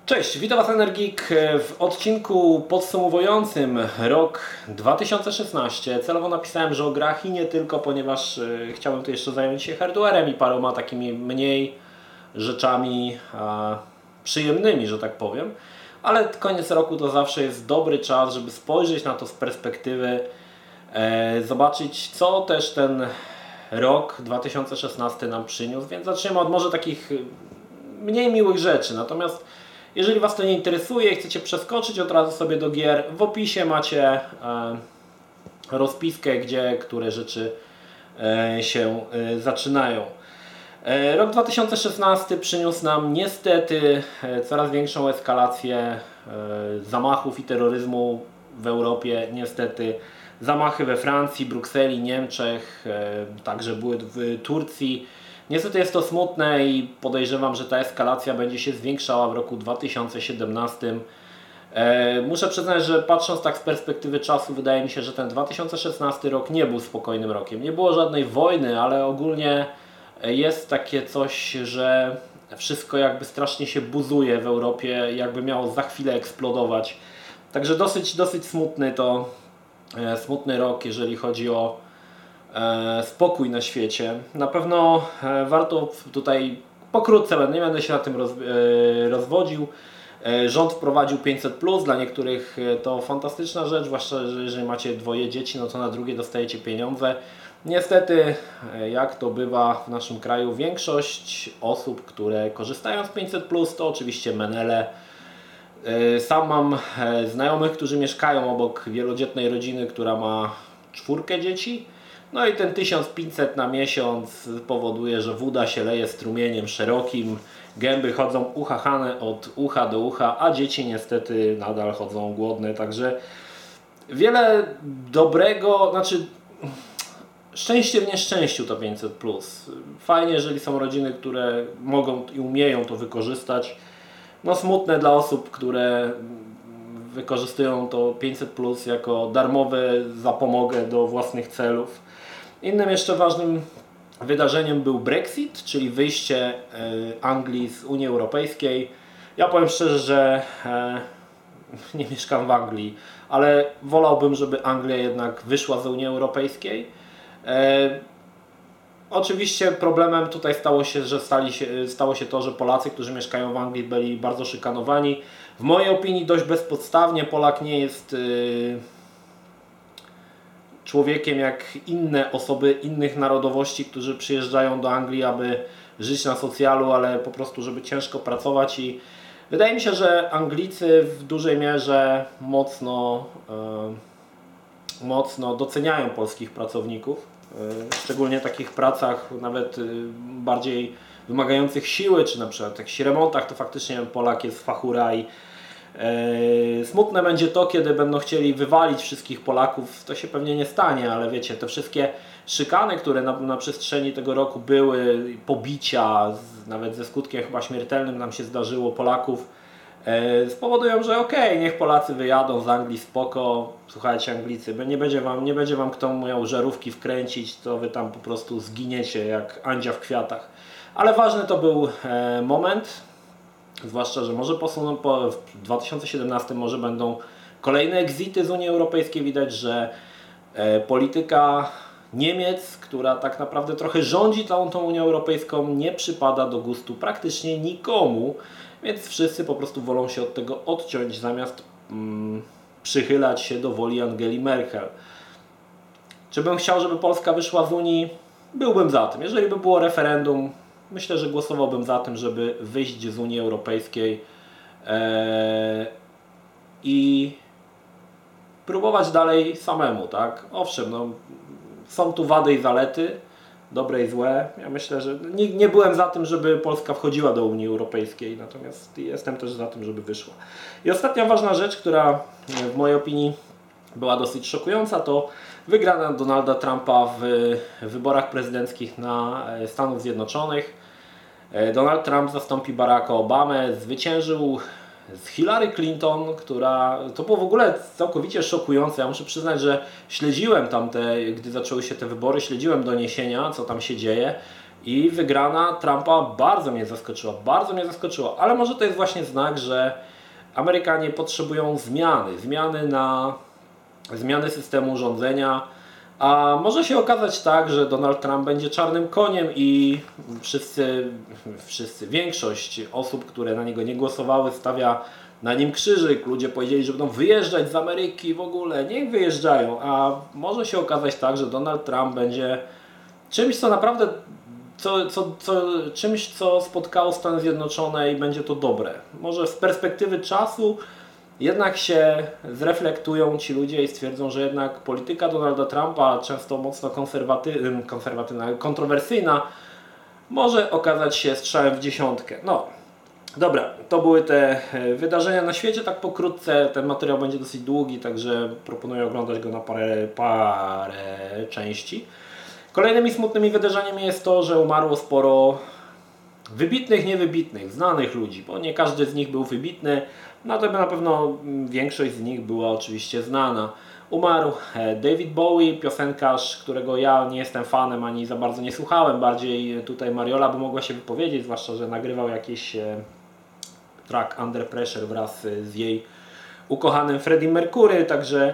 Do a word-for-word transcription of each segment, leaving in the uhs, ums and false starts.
Cześć, witam Was Energik w odcinku podsumowującym rok dwa tysiące szesnasty. Celowo napisałem, że o grach i nie tylko, ponieważ y, chciałbym tu jeszcze zająć się hardwarem i paroma takimi mniej rzeczami a, przyjemnymi, że tak powiem. Ale koniec roku to zawsze jest dobry czas, żeby spojrzeć na to z perspektywy, e, zobaczyć co też ten rok dwa tysiące szesnasty nam przyniósł. Więc zaczniemy od może takich mniej miłych rzeczy. Natomiast jeżeli Was to nie interesuje i chcecie przeskoczyć od razu sobie do gier, w opisie macie e, rozpiskę, gdzie które rzeczy e, się e, zaczynają. E, rok dwa tysiące szesnasty przyniósł nam niestety e, coraz większą eskalację e, zamachów i terroryzmu w Europie. Niestety zamachy we Francji, Brukseli, Niemczech, e, także były w Turcji. Niestety jest to smutne i podejrzewam, że ta eskalacja będzie się zwiększała w roku dwa tysiące siedemnastym. E, muszę przyznać, że patrząc tak z perspektywy czasu, wydaje mi się, że ten dwa tysiące szesnasty rok nie był spokojnym rokiem. Nie było żadnej wojny, ale ogólnie jest takie coś, że wszystko jakby strasznie się buzuje w Europie, jakby miało za chwilę eksplodować. Także dosyć, dosyć smutny to e, smutny rok, jeżeli chodzi o E, spokój na świecie. Na pewno e, warto tutaj pokrótce, nie będę się na tym roz, e, rozwodził. E, rząd wprowadził pięćset plus, dla niektórych to fantastyczna rzecz, zwłaszcza że jeżeli macie dwoje dzieci, no to na drugie dostajecie pieniądze. Niestety, e, jak to bywa w naszym kraju, większość osób, które korzystają z pięćset plus, to oczywiście menele. E, sam mam e, znajomych, którzy mieszkają obok wielodzietnej rodziny, która ma czwórkę dzieci. No i ten tysiąc pięćset na miesiąc powoduje, że woda się leje strumieniem szerokim, gęby chodzą uchachane od ucha do ucha, a dzieci niestety nadal chodzą głodne. Także wiele dobrego, znaczy szczęście w nieszczęściu to pięćset plus. Fajnie, jeżeli są rodziny, które mogą i umieją to wykorzystać. No smutne dla osób, które wykorzystują to pięćset plus jako darmowe zapomogę do własnych celów. Innym jeszcze ważnym wydarzeniem był Brexit, czyli wyjście Anglii z Unii Europejskiej. Ja powiem szczerze, że nie mieszkam w Anglii, ale wolałbym, żeby Anglia jednak wyszła z Unii Europejskiej. Oczywiście problemem tutaj stało się, że stali się, stało się to, że Polacy, którzy mieszkają w Anglii, byli bardzo szykanowani. W mojej opinii dość bezpodstawnie. Polak nie jest yy, człowiekiem jak inne osoby innych narodowości, którzy przyjeżdżają do Anglii, aby żyć na socjalu, ale po prostu, żeby ciężko pracować. I wydaje mi się, że Anglicy w dużej mierze mocno, yy, mocno doceniają polskich pracowników. Szczególnie w takich pracach nawet bardziej wymagających siły, czy na przykład w jakichś remontach, to faktycznie Polak jest fachura i e, smutne będzie to, kiedy będą chcieli wywalić wszystkich Polaków. To się pewnie nie stanie, ale wiecie, te wszystkie szykany, które na, na przestrzeni tego roku były, pobicia, z, nawet ze skutkiem chyba śmiertelnym nam się zdarzyło Polaków, spowodują, że okej, okay, niech Polacy wyjadą z Anglii, spoko, słuchajcie Anglicy, nie będzie wam, nie będzie wam kto miał żarówki wkręcić, to wy tam po prostu zginiecie jak Andzia w kwiatach. Ale ważny to był e, moment, zwłaszcza, że może posuną, po, w dwa tysiące siedemnastym może będą kolejne exity z Unii Europejskiej. Widać, że e, polityka Niemiec, która tak naprawdę trochę rządzi całą tą Unią Europejską, nie przypada do gustu praktycznie nikomu. Więc wszyscy po prostu wolą się od tego odciąć, zamiast mm, przychylać się do woli Angeli Merkel. Czy bym chciał, żeby Polska wyszła z Unii? Byłbym za tym. Jeżeli by było referendum, myślę, że głosowałbym za tym, żeby wyjść z Unii Europejskiej eee, i próbować dalej samemu, tak? Owszem, no, są tu wady i zalety, dobre i złe. Ja myślę, że nie, nie byłem za tym, żeby Polska wchodziła do Unii Europejskiej, natomiast jestem też za tym, żeby wyszła. I ostatnia ważna rzecz, która w mojej opinii była dosyć szokująca, to wygrana Donalda Trumpa w wyborach prezydenckich na Stanów Zjednoczonych. Donald Trump zastąpi Baracka Obamę, zwyciężył z Hillary Clinton, która to było w ogóle całkowicie szokujące. Ja muszę przyznać, że śledziłem tamte, gdy zaczęły się te wybory, śledziłem doniesienia, co tam się dzieje I wygrana Trumpa bardzo mnie zaskoczyła, bardzo mnie zaskoczyła, ale może to jest właśnie znak, że Amerykanie potrzebują zmiany, zmiany na zmiany systemu rządzenia, a może się okazać tak, że Donald Trump będzie czarnym koniem i wszyscy, wszyscy, większość osób, które na niego nie głosowały, stawia na nim krzyżyk. Ludzie powiedzieli, że będą wyjeżdżać z Ameryki w ogóle, niech wyjeżdżają, a może się okazać tak, że Donald Trump będzie czymś, co naprawdę Co, co, co, czymś, co spotkało Stany Zjednoczone i będzie to dobre. Może z perspektywy czasu jednak się zreflektują ci ludzie i stwierdzą, że jednak polityka Donalda Trumpa, często mocno konserwaty, konserwatywna, kontrowersyjna, może okazać się strzałem w dziesiątkę. No, dobra, to były te wydarzenia na świecie, tak pokrótce. Ten materiał będzie dosyć długi, także proponuję oglądać go na parę, parę części. Kolejnymi smutnymi wydarzeniami jest to, że umarło sporo wybitnych, niewybitnych, znanych ludzi, bo nie każdy z nich był wybitny, natomiast na pewno większość z nich była oczywiście znana. Umarł David Bowie, piosenkarz, którego ja nie jestem fanem ani za bardzo nie słuchałem, bardziej tutaj Mariola by mogła się wypowiedzieć, zwłaszcza że nagrywał jakiś track Under Pressure wraz z jej ukochanym Freddie Mercury, także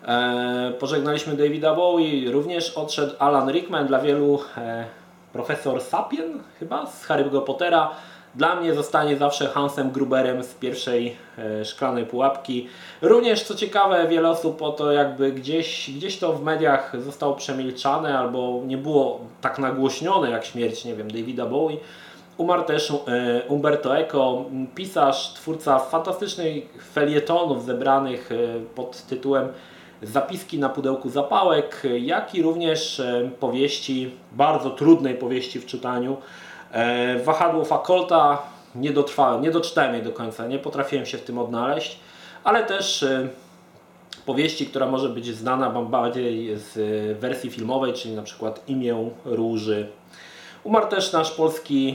E, pożegnaliśmy Davida Bowie, również odszedł Alan Rickman, dla wielu e, profesor Sapien chyba z Harry'ego Pottera. Dla mnie zostanie zawsze Hansem Gruberem z pierwszej e, Szklanej Pułapki. Również co ciekawe, wiele osób o to jakby gdzieś, gdzieś to w mediach zostało przemilczane albo nie było tak nagłośnione jak śmierć, nie wiem, Davida Bowie. Umarł też e, Umberto Eco, pisarz, twórca fantastycznych felietonów zebranych e, pod tytułem Zapiski na pudełku zapałek, jak i również powieści, bardzo trudnej powieści w czytaniu. Wahadło Fakolta, nie dotrwałem, nie doczytałem jej do końca, nie potrafiłem się w tym odnaleźć, ale też powieści, która może być znana wam bardziej z wersji filmowej, czyli na przykład Imię Róży. Umarł też nasz polski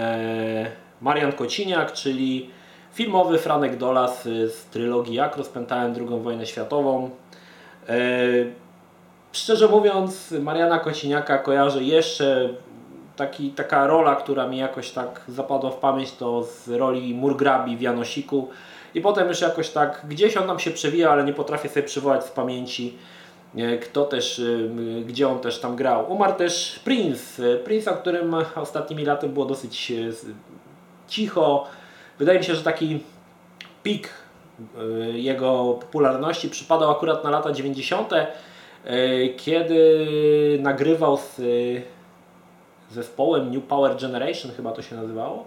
Marian Kociniak, czyli filmowy Franek Dolas z trylogii Jak rozpętałem drugą wojnę światową. Eee, szczerze mówiąc, Mariana Kociniaka kojarzę jeszcze, taki, taka rola, która mi jakoś tak zapadła w pamięć, to z roli Murgrabi w Janosiku i potem już jakoś tak gdzieś on nam się przewija, ale nie potrafię sobie przywołać z pamięci, kto też, gdzie on też tam grał. Umarł też Prince, Prince, o którym ostatnimi laty było dosyć cicho. Wydaje mi się, że taki pik jego popularności przypadał akurat na lata dziewięćdziesiąte, kiedy nagrywał z zespołem New Power Generation, chyba to się nazywało,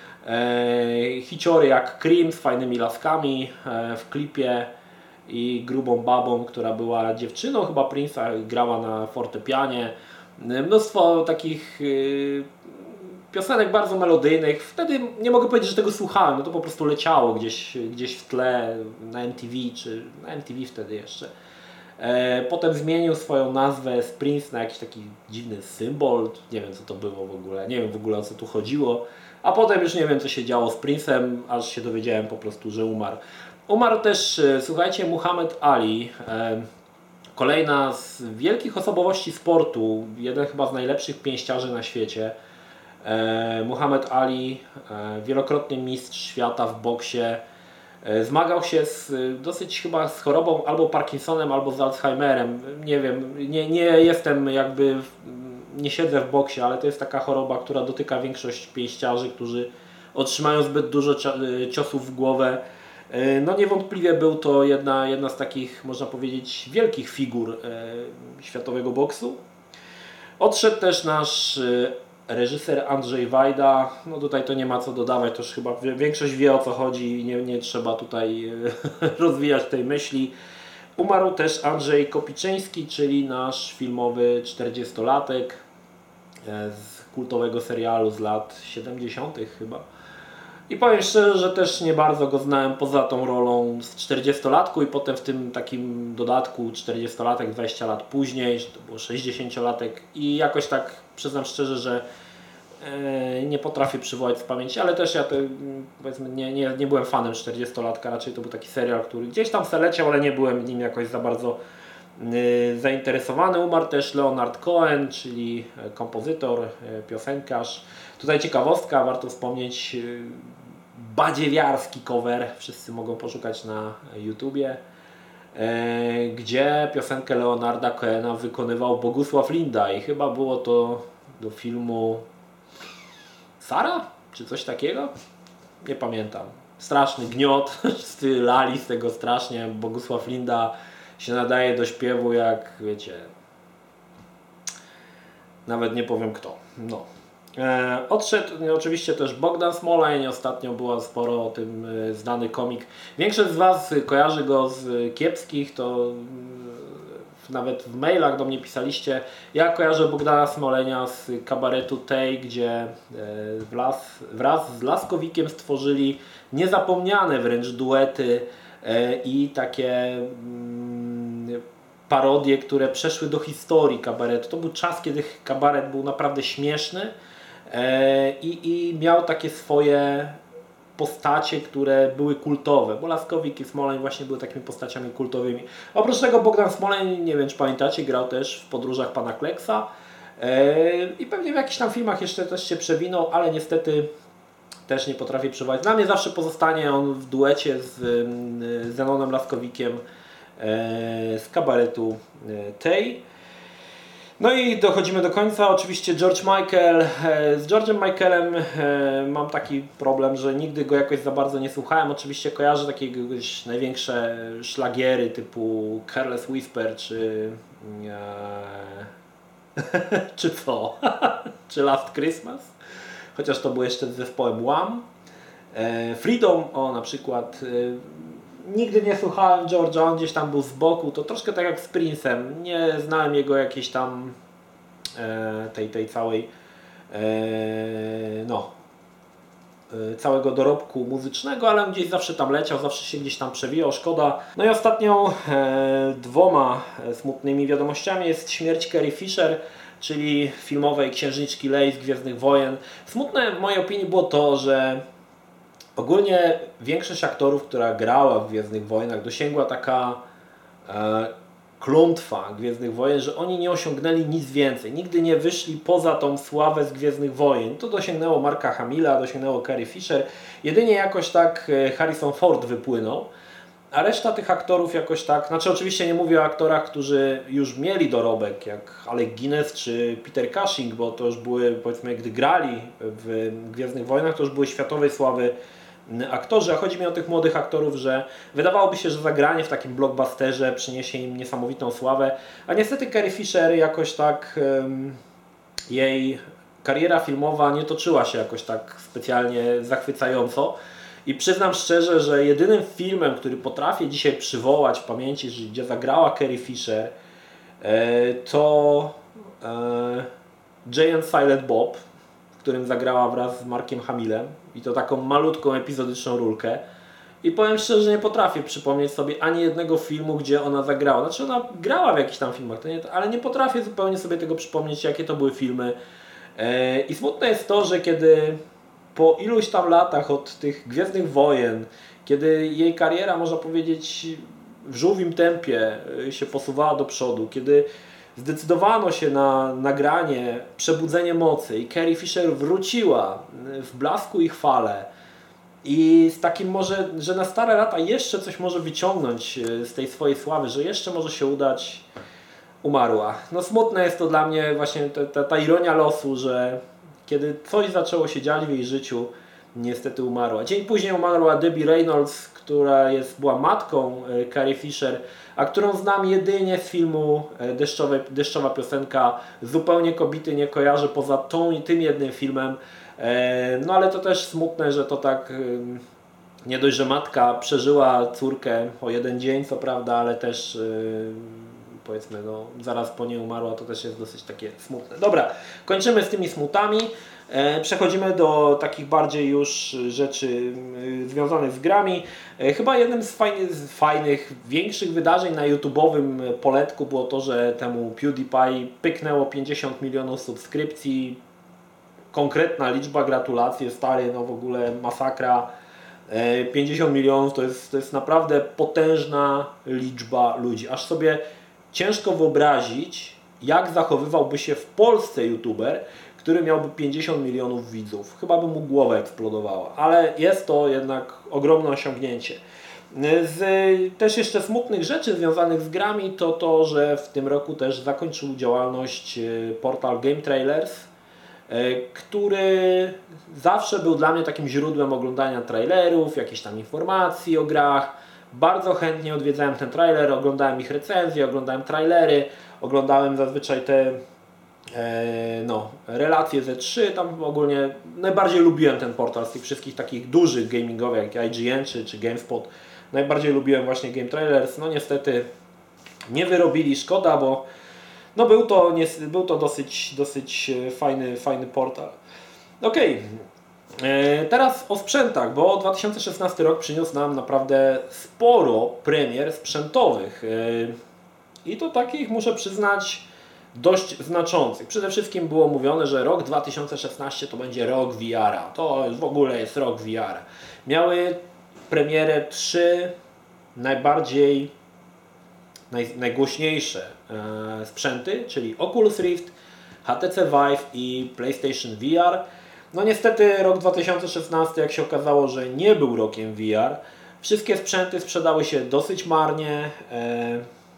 hiciory jak Cream z fajnymi laskami w klipie i grubą babą, która była dziewczyną chyba Prince'a, grała na fortepianie. Mnóstwo takich piosenek bardzo melodyjnych. Wtedy nie mogę powiedzieć, że tego słuchałem, no to po prostu leciało gdzieś, gdzieś w tle na M T V, czy na M T V wtedy jeszcze. E, potem zmienił swoją nazwę z Prince na jakiś taki dziwny symbol, nie wiem co to było w ogóle, nie wiem w ogóle o co tu chodziło. A potem już nie wiem co się działo z Prince'em, aż się dowiedziałem po prostu, że umarł. Umarł też, słuchajcie, Muhammad Ali. E, kolejna z wielkich osobowości sportu, jeden chyba z najlepszych pięściarzy na świecie. E, Muhammad Ali, e, wielokrotny mistrz świata w boksie, e, zmagał się z dosyć chyba z chorobą albo Parkinsonem, albo z Alzheimerem. Nie wiem, nie, nie jestem jakby, nie siedzę w boksie, ale to jest taka choroba, która dotyka większość pięściarzy, którzy otrzymają zbyt dużo ciosów w głowę. E, no niewątpliwie był to jedna, jedna z takich, można powiedzieć, wielkich figur e, światowego boksu. Odszedł też nasz e, reżyser Andrzej Wajda, no tutaj to nie ma co dodawać, to już chyba większość wie o co chodzi i nie, nie trzeba tutaj rozwijać tej myśli. Umarł też Andrzej Kopiczyński, czyli nasz filmowy czterdziestolatek z kultowego serialu z lat siedemdziesiątych chyba. I powiem szczerze, że też nie bardzo go znałem poza tą rolą z czterdziestolatku i potem w tym takim dodatku czterdziestolatek dwadzieścia lat później, że to było sześćdziesięciolatek i jakoś tak przyznam szczerze, że e, nie potrafię przywołać z pamięci, ale też ja to, powiedzmy, nie, nie, nie byłem fanem czterdziestolatka, raczej to był taki serial, który gdzieś tam se leciał, ale nie byłem nim jakoś za bardzo zainteresowany. Umarł też Leonard Cohen, czyli kompozytor, piosenkarz. Tutaj ciekawostka, warto wspomnieć, badziewiarski cover, wszyscy mogą poszukać na YouTubie, gdzie piosenkę Leonarda Cohena wykonywał Bogusław Linda i chyba było to do filmu Sara? Czy coś takiego? Nie pamiętam. Straszny gniot, lali z tego strasznie. Bogusław Linda się nadaje do śpiewu jak, wiecie, nawet nie powiem kto. No. E, odszedł oczywiście też Bogdan Smoleń, ostatnio było sporo o tym e, znany komik. Większość z Was kojarzy go z kiepskich, to e, nawet w mailach do mnie pisaliście. Ja kojarzę Bogdana Smolenia z kabaretu Tej, gdzie e, wraz, wraz z Laskowikiem stworzyli niezapomniane wręcz duety e, i takie mm, parodie, które przeszły do historii kabaretu. To był czas, kiedy kabaret był naprawdę śmieszny e, i, i miał takie swoje postacie, które były kultowe, bo Laskowik i Smoleń właśnie były takimi postaciami kultowymi. Oprócz tego Bogdan Smoleń, nie wiem czy pamiętacie, grał też w Podróżach Pana Kleksa e, i pewnie w jakichś tam filmach jeszcze też się przewinął, ale niestety też nie potrafię przewołać. Dla mnie zawsze pozostanie on w duecie z y, Zenonem Laskowikiem e, z kabaretu e, Tej. No i dochodzimy do końca. Oczywiście George Michael. Z George'em Michaelem mam taki problem, że nigdy go jakoś za bardzo nie słuchałem. Oczywiście kojarzę takie jakieś największe szlagiery typu Careless Whisper czy czy co? czy Last Christmas. Chociaż to było jeszcze z zespołem Wham. Freedom, o na przykład. Nigdy nie słuchałem George'a, on gdzieś tam był z boku, to troszkę tak jak z Prince'em, nie znałem jego jakiejś tam e, tej, tej całej e, no e, całego dorobku muzycznego, ale on gdzieś zawsze tam leciał, zawsze się gdzieś tam przewijał, szkoda. No i ostatnią e, dwoma smutnymi wiadomościami jest śmierć Carrie Fisher, czyli filmowej księżniczki Leia z Gwiezdnych Wojen. Smutne w mojej opinii było to, że ogólnie większość aktorów, która grała w Gwiezdnych Wojnach, dosięgła taka e, klątwa Gwiezdnych Wojen, że oni nie osiągnęli nic więcej. Nigdy nie wyszli poza tą sławę z Gwiezdnych Wojen. To dosięgnęło Marka Hamilla, dosięgnęło Carrie Fisher. Jedynie jakoś tak Harrison Ford wypłynął, a reszta tych aktorów jakoś tak, znaczy oczywiście nie mówię o aktorach, którzy już mieli dorobek, jak Alec Guinness czy Peter Cushing, bo to już były, powiedzmy, gdy grali w Gwiezdnych Wojnach, to już były światowej sławy aktorzy, a chodzi mi o tych młodych aktorów, że wydawałoby się, że zagranie w takim blockbusterze przyniesie im niesamowitą sławę, a niestety Carrie Fisher jakoś tak, um, jej kariera filmowa nie toczyła się jakoś tak specjalnie zachwycająco i przyznam szczerze, że jedynym filmem, który potrafię dzisiaj przywołać w pamięci, gdzie zagrała Carrie Fisher, e, to e, Jay and Silent Bob, w którym zagrała wraz z Markiem Hamillem i to taką malutką epizodyczną rulkę. I powiem szczerze, że nie potrafię przypomnieć sobie ani jednego filmu, gdzie ona zagrała. Znaczy ona grała w jakichś tam filmach, to nie, ale nie potrafię zupełnie sobie tego przypomnieć, jakie to były filmy. E, I smutne jest to, że kiedy po iluś tam latach od tych Gwiezdnych Wojen, kiedy jej kariera, można powiedzieć, w żółwim tempie się posuwała do przodu, kiedy zdecydowano się na nagranie Przebudzenie Mocy i Carrie Fisher wróciła w blasku i chwale i z takim może, że na stare lata jeszcze coś może wyciągnąć z tej swojej sławy, że jeszcze może się udać, umarła. No smutne jest to dla mnie właśnie ta, ta, ta ironia losu, że kiedy coś zaczęło się dziać w jej życiu, niestety umarła. Dzień później umarła Debbie Reynolds, która jest, była matką Carrie Fisher, a którą znam jedynie z filmu Deszczowe, Deszczowa Piosenka. Zupełnie kobiety nie kojarzę poza tą i tym jednym filmem. No ale to też smutne, że to tak nie dość, że matka przeżyła córkę o jeden dzień, co prawda, ale też powiedzmy, no, zaraz po niej umarła, to też jest dosyć takie smutne. Dobra, kończymy z tymi smutami. E, przechodzimy do takich bardziej już rzeczy e, związanych z grami. E, chyba jednym z fajnych, z fajnych, większych wydarzeń na YouTube'owym poletku było to, że temu PewDiePie pyknęło pięćdziesiąt milionów subskrypcji. Konkretna liczba, gratulacje, stary, no w ogóle masakra. E, pięćdziesiąt milionów to jest, to jest naprawdę potężna liczba ludzi. Aż sobie ciężko wyobrazić, jak zachowywałby się w Polsce youtuber, który miałby pięćdziesiąt milionów widzów. Chyba by mu głowa eksplodowała, ale jest to jednak ogromne osiągnięcie. Z też jeszcze smutnych rzeczy związanych z grami to to, że w tym roku też zakończył działalność portal Game Trailers, który zawsze był dla mnie takim źródłem oglądania trailerów, jakichś tam informacji o grach. Bardzo chętnie odwiedzałem ten trailer, oglądałem ich recenzje, oglądałem trailery, oglądałem zazwyczaj te e, no, relacje ze trzy, tam ogólnie najbardziej lubiłem ten portal z tych wszystkich takich dużych gamingowych jak I G N czy, czy GameSpot. Najbardziej lubiłem właśnie Game Trailers, no niestety nie wyrobili, szkoda, bo no był to, nie, był to dosyć, dosyć fajny, fajny portal. Okej, okay. Teraz o sprzętach, bo dwa tysiące szesnasty rok przyniósł nam naprawdę sporo premier sprzętowych i to takich, muszę przyznać, dość znaczących. Przede wszystkim było mówione, że rok dwa tysiące szesnasty to będzie rok V R-a, to w ogóle jest rok V R-a. Miały premierę trzy najbardziej naj, najgłośniejsze e, sprzęty, czyli Oculus Rift, H T C Vive i PlayStation V R. No niestety rok dwa tysiące szesnasty, jak się okazało, że nie był rokiem V R. Wszystkie sprzęty sprzedały się dosyć marnie. E,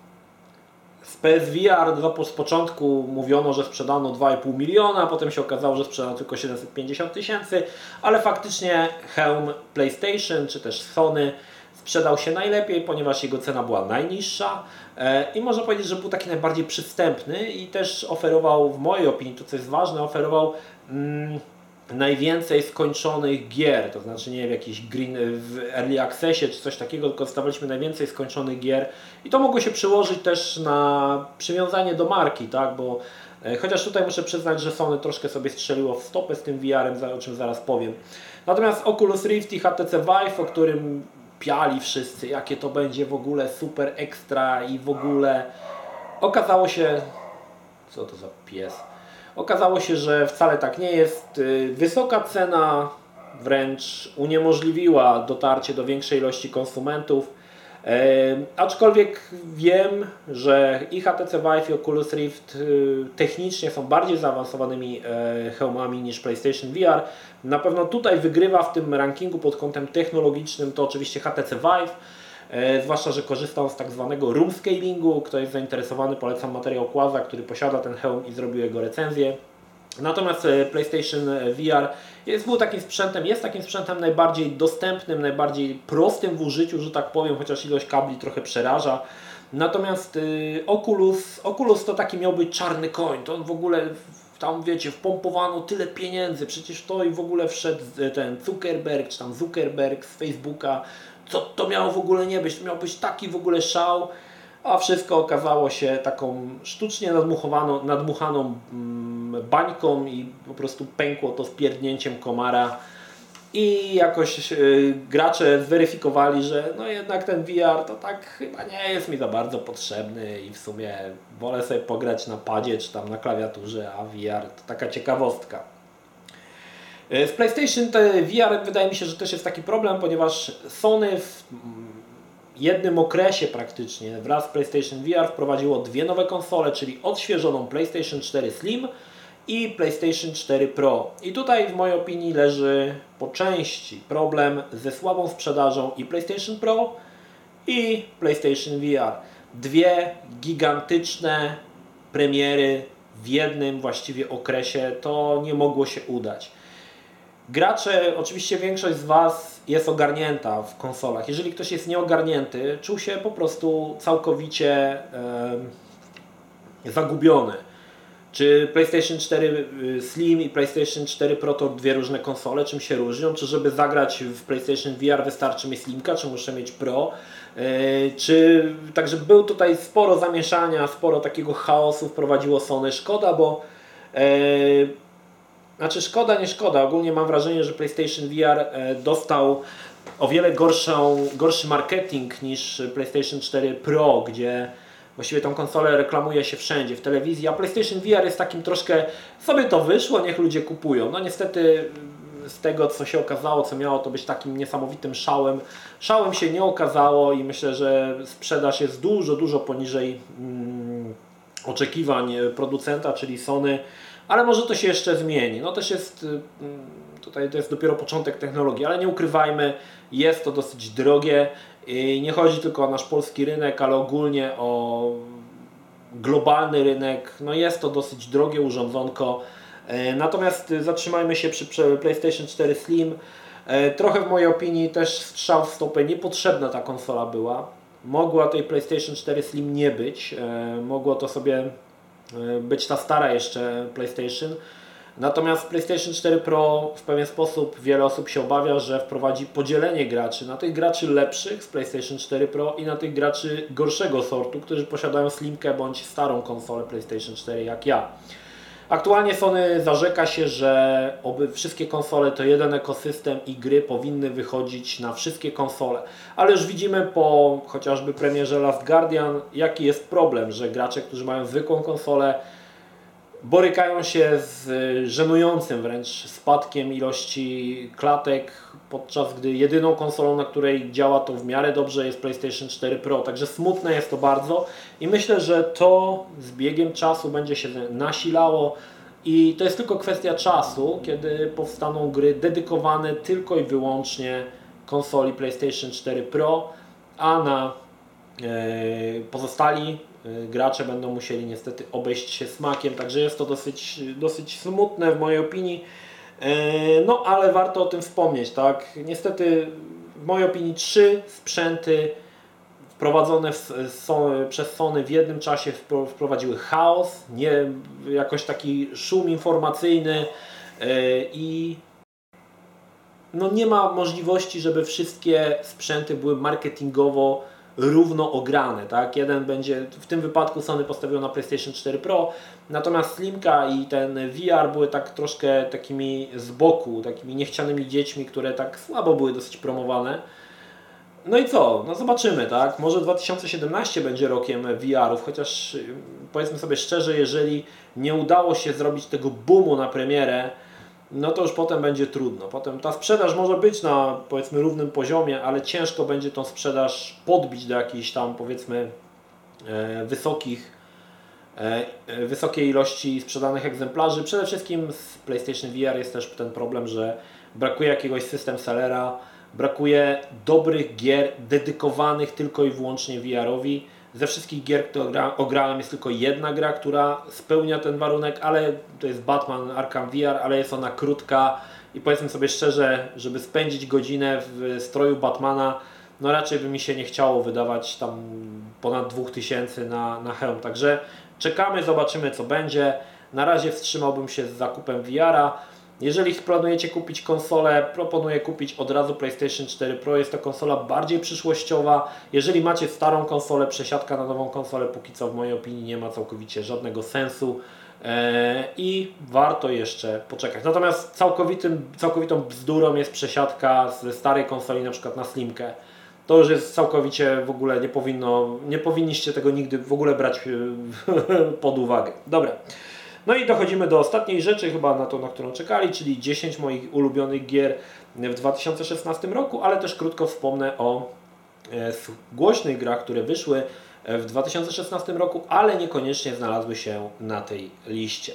z P S V R z początku mówiono, że sprzedano dwa i pół miliona, potem się okazało, że sprzedano tylko siedemset pięćdziesiąt tysięcy, ale faktycznie hełm PlayStation czy też Sony sprzedał się najlepiej, ponieważ jego cena była najniższa i można powiedzieć, że był taki najbardziej przystępny i też oferował, w mojej opinii, to co jest ważne, oferował mm, najwięcej skończonych gier, to znaczy nie w jakiś green, w early accessie czy coś takiego, tylko dostawaliśmy najwięcej skończonych gier i to mogło się przełożyć też na przywiązanie do marki, tak, bo e, chociaż tutaj muszę przyznać, że Sony troszkę sobie strzeliło w stopę z tym V R-em, o czym zaraz powiem. Natomiast Oculus Rift i H T C Vive, o którym piali wszyscy, jakie to będzie w ogóle super ekstra i w ogóle okazało się, co to za pies? Okazało się, że wcale tak nie jest. Wysoka cena wręcz uniemożliwiła dotarcie do większej ilości konsumentów. E, aczkolwiek wiem, że i H T C Vive i Oculus Rift e, technicznie są bardziej zaawansowanymi e, hełmami niż PlayStation V R. Na pewno tutaj wygrywa w tym rankingu pod kątem technologicznym to oczywiście H T C Vive. E, zwłaszcza, że korzystam z tak zwanego room scalingu. Kto jest zainteresowany, polecam materiał Kłaza, który posiada ten hełm i zrobił jego recenzję. Natomiast e, PlayStation V R jest, był takim sprzętem, jest takim sprzętem najbardziej dostępnym, najbardziej prostym w użyciu, że tak powiem, chociaż ilość kabli trochę przeraża. Natomiast y, Oculus, Oculus to taki miał być czarny koń, to on w ogóle tam wiecie, wpompowano tyle pieniędzy, przecież to i w ogóle wszedł ten Zuckerberg, czy tam Zuckerberg z Facebooka, co to miało w ogóle nie być, to miał być taki w ogóle szał, a wszystko okazało się taką sztucznie nadmuchowaną, nadmuchaną mm, bańką i po prostu pękło to z pierdnięciem komara i jakoś y, gracze zweryfikowali, że no jednak ten V R to tak chyba nie jest mi za bardzo potrzebny i w sumie wolę sobie pograć na padzie czy tam na klawiaturze, a V R to taka ciekawostka. Z PlayStation te V R wydaje mi się, że też jest taki problem, ponieważ Sony w jednym okresie praktycznie wraz z PlayStation V R wprowadziło dwie nowe konsole, czyli odświeżoną PlayStation cztery Slim i PlayStation cztery Pro. I tutaj w mojej opinii leży po części problem ze słabą sprzedażą i PlayStation Pro i PlayStation V R. Dwie gigantyczne premiery w jednym właściwie okresie, to nie mogło się udać. Gracze, oczywiście większość z Was jest ogarnięta w konsolach. Jeżeli ktoś jest nieogarnięty, czuł się po prostu całkowicie e, zagubiony. Czy PlayStation cztery Slim i PlayStation cztery Pro to dwie różne konsole, czym się różnią? Czy żeby zagrać w PlayStation V R wystarczy mi Slimka, czy muszę mieć Pro? Yy, czy także był tutaj sporo zamieszania, sporo takiego chaosu wprowadziło Sony. Szkoda, bo yy, znaczy szkoda, nie szkoda. Ogólnie mam wrażenie, że PlayStation V R yy, dostał o wiele gorszą, gorszy marketing niż PlayStation cztery Pro, gdzie właściwie tą konsolę reklamuje się wszędzie, w telewizji, a PlayStation V R jest takim troszkę, sobie to wyszło, niech ludzie kupują. No niestety z tego, co się okazało, co miało to być takim niesamowitym szałem, szałem się nie okazało i myślę, że sprzedaż jest dużo, dużo poniżej mm, oczekiwań producenta, czyli Sony, ale może to się jeszcze zmieni. No też jest, tutaj to jest dopiero początek technologii, ale nie ukrywajmy, jest to dosyć drogie i nie chodzi tylko o nasz polski rynek, ale ogólnie o globalny rynek. No jest to dosyć drogie urządzonko. Natomiast zatrzymajmy się przy PlayStation cztery Slim. Trochę w mojej opinii też strzał w stopę, niepotrzebna ta konsola była. Mogła tej PlayStation cztery Slim nie być, mogło to sobie być ta stara jeszcze PlayStation. Natomiast PlayStation cztery Pro w pewien sposób wiele osób się obawia, że wprowadzi podzielenie graczy na tych graczy lepszych z PlayStation cztery Pro i na tych graczy gorszego sortu, którzy posiadają Slimkę bądź starą konsolę PlayStation cztery jak ja. Aktualnie Sony zarzeka się, że oby wszystkie konsole to jeden ekosystem i gry powinny wychodzić na wszystkie konsole. Ale już widzimy po chociażby premierze Last Guardian, jaki jest problem, że gracze, którzy mają zwykłą konsolę, borykają się z żenującym wręcz spadkiem ilości klatek, podczas gdy jedyną konsolą, na której działa to w miarę dobrze, jest PlayStation cztery Pro. Także smutne jest to bardzo i myślę, że to z biegiem czasu będzie się nasilało i to jest tylko kwestia czasu, kiedy powstaną gry dedykowane tylko i wyłącznie konsoli PlayStation cztery Pro, a na yy, pozostali gracze będą musieli niestety obejść się smakiem, także jest to dosyć, dosyć smutne w mojej opinii, no ale warto o tym wspomnieć, tak? Niestety w mojej opinii trzy sprzęty wprowadzone w, są, przez Sony w jednym czasie wprowadziły chaos, nie jakoś taki szum informacyjny i no nie ma możliwości, żeby wszystkie sprzęty były marketingowo równo ograne, tak? Jeden będzie, w tym wypadku Sony postawiło na PlayStation cztery Pro, natomiast Slimka i ten V R były tak troszkę takimi z boku, takimi niechcianymi dziećmi, które tak słabo były dosyć promowane. No i co? No zobaczymy, tak? Może dwa tysiące siedemnasty będzie rokiem V R-ów, chociaż powiedzmy sobie szczerze, jeżeli nie udało się zrobić tego boomu na premierę, no to już potem będzie trudno. Potem ta sprzedaż może być na powiedzmy równym poziomie, ale ciężko będzie tą sprzedaż podbić do jakichś tam powiedzmy e, wysokich, e, wysokiej ilości sprzedanych egzemplarzy. Przede wszystkim z PlayStation V R jest też ten problem, że brakuje jakiegoś system sellera, brakuje dobrych gier dedykowanych tylko i wyłącznie V R-owi. Ze wszystkich gier, które ograłem, jest tylko jedna gra, która spełnia ten warunek, ale to jest Batman Arkham V R, ale jest ona krótka i powiedzmy sobie szczerze, żeby spędzić godzinę w stroju Batmana, no raczej by mi się nie chciało wydawać tam ponad dwóch tysięcy na, na hełm. Także czekamy, zobaczymy co będzie. Na razie wstrzymałbym się z zakupem V R-a. Jeżeli planujecie kupić konsolę, proponuję kupić od razu PlayStation cztery Pro. Jest to konsola bardziej przyszłościowa. Jeżeli macie starą konsolę, przesiadka na nową konsolę póki co w mojej opinii nie ma całkowicie żadnego sensu eee, i warto jeszcze poczekać. Natomiast całkowitym, całkowitą bzdurą jest przesiadka ze starej konsoli na przykład na Slimkę. To już jest całkowicie w ogóle nie powinno, nie powinniście tego nigdy w ogóle brać pod uwagę. Dobra. No i dochodzimy do ostatniej rzeczy, chyba na to, na którą czekali, czyli dziesięć moich ulubionych gier w dwa tysiące szesnastym roku, ale też krótko wspomnę o e, głośnych grach, które wyszły w dwa tysiące szesnastym roku, ale niekoniecznie znalazły się na tej liście.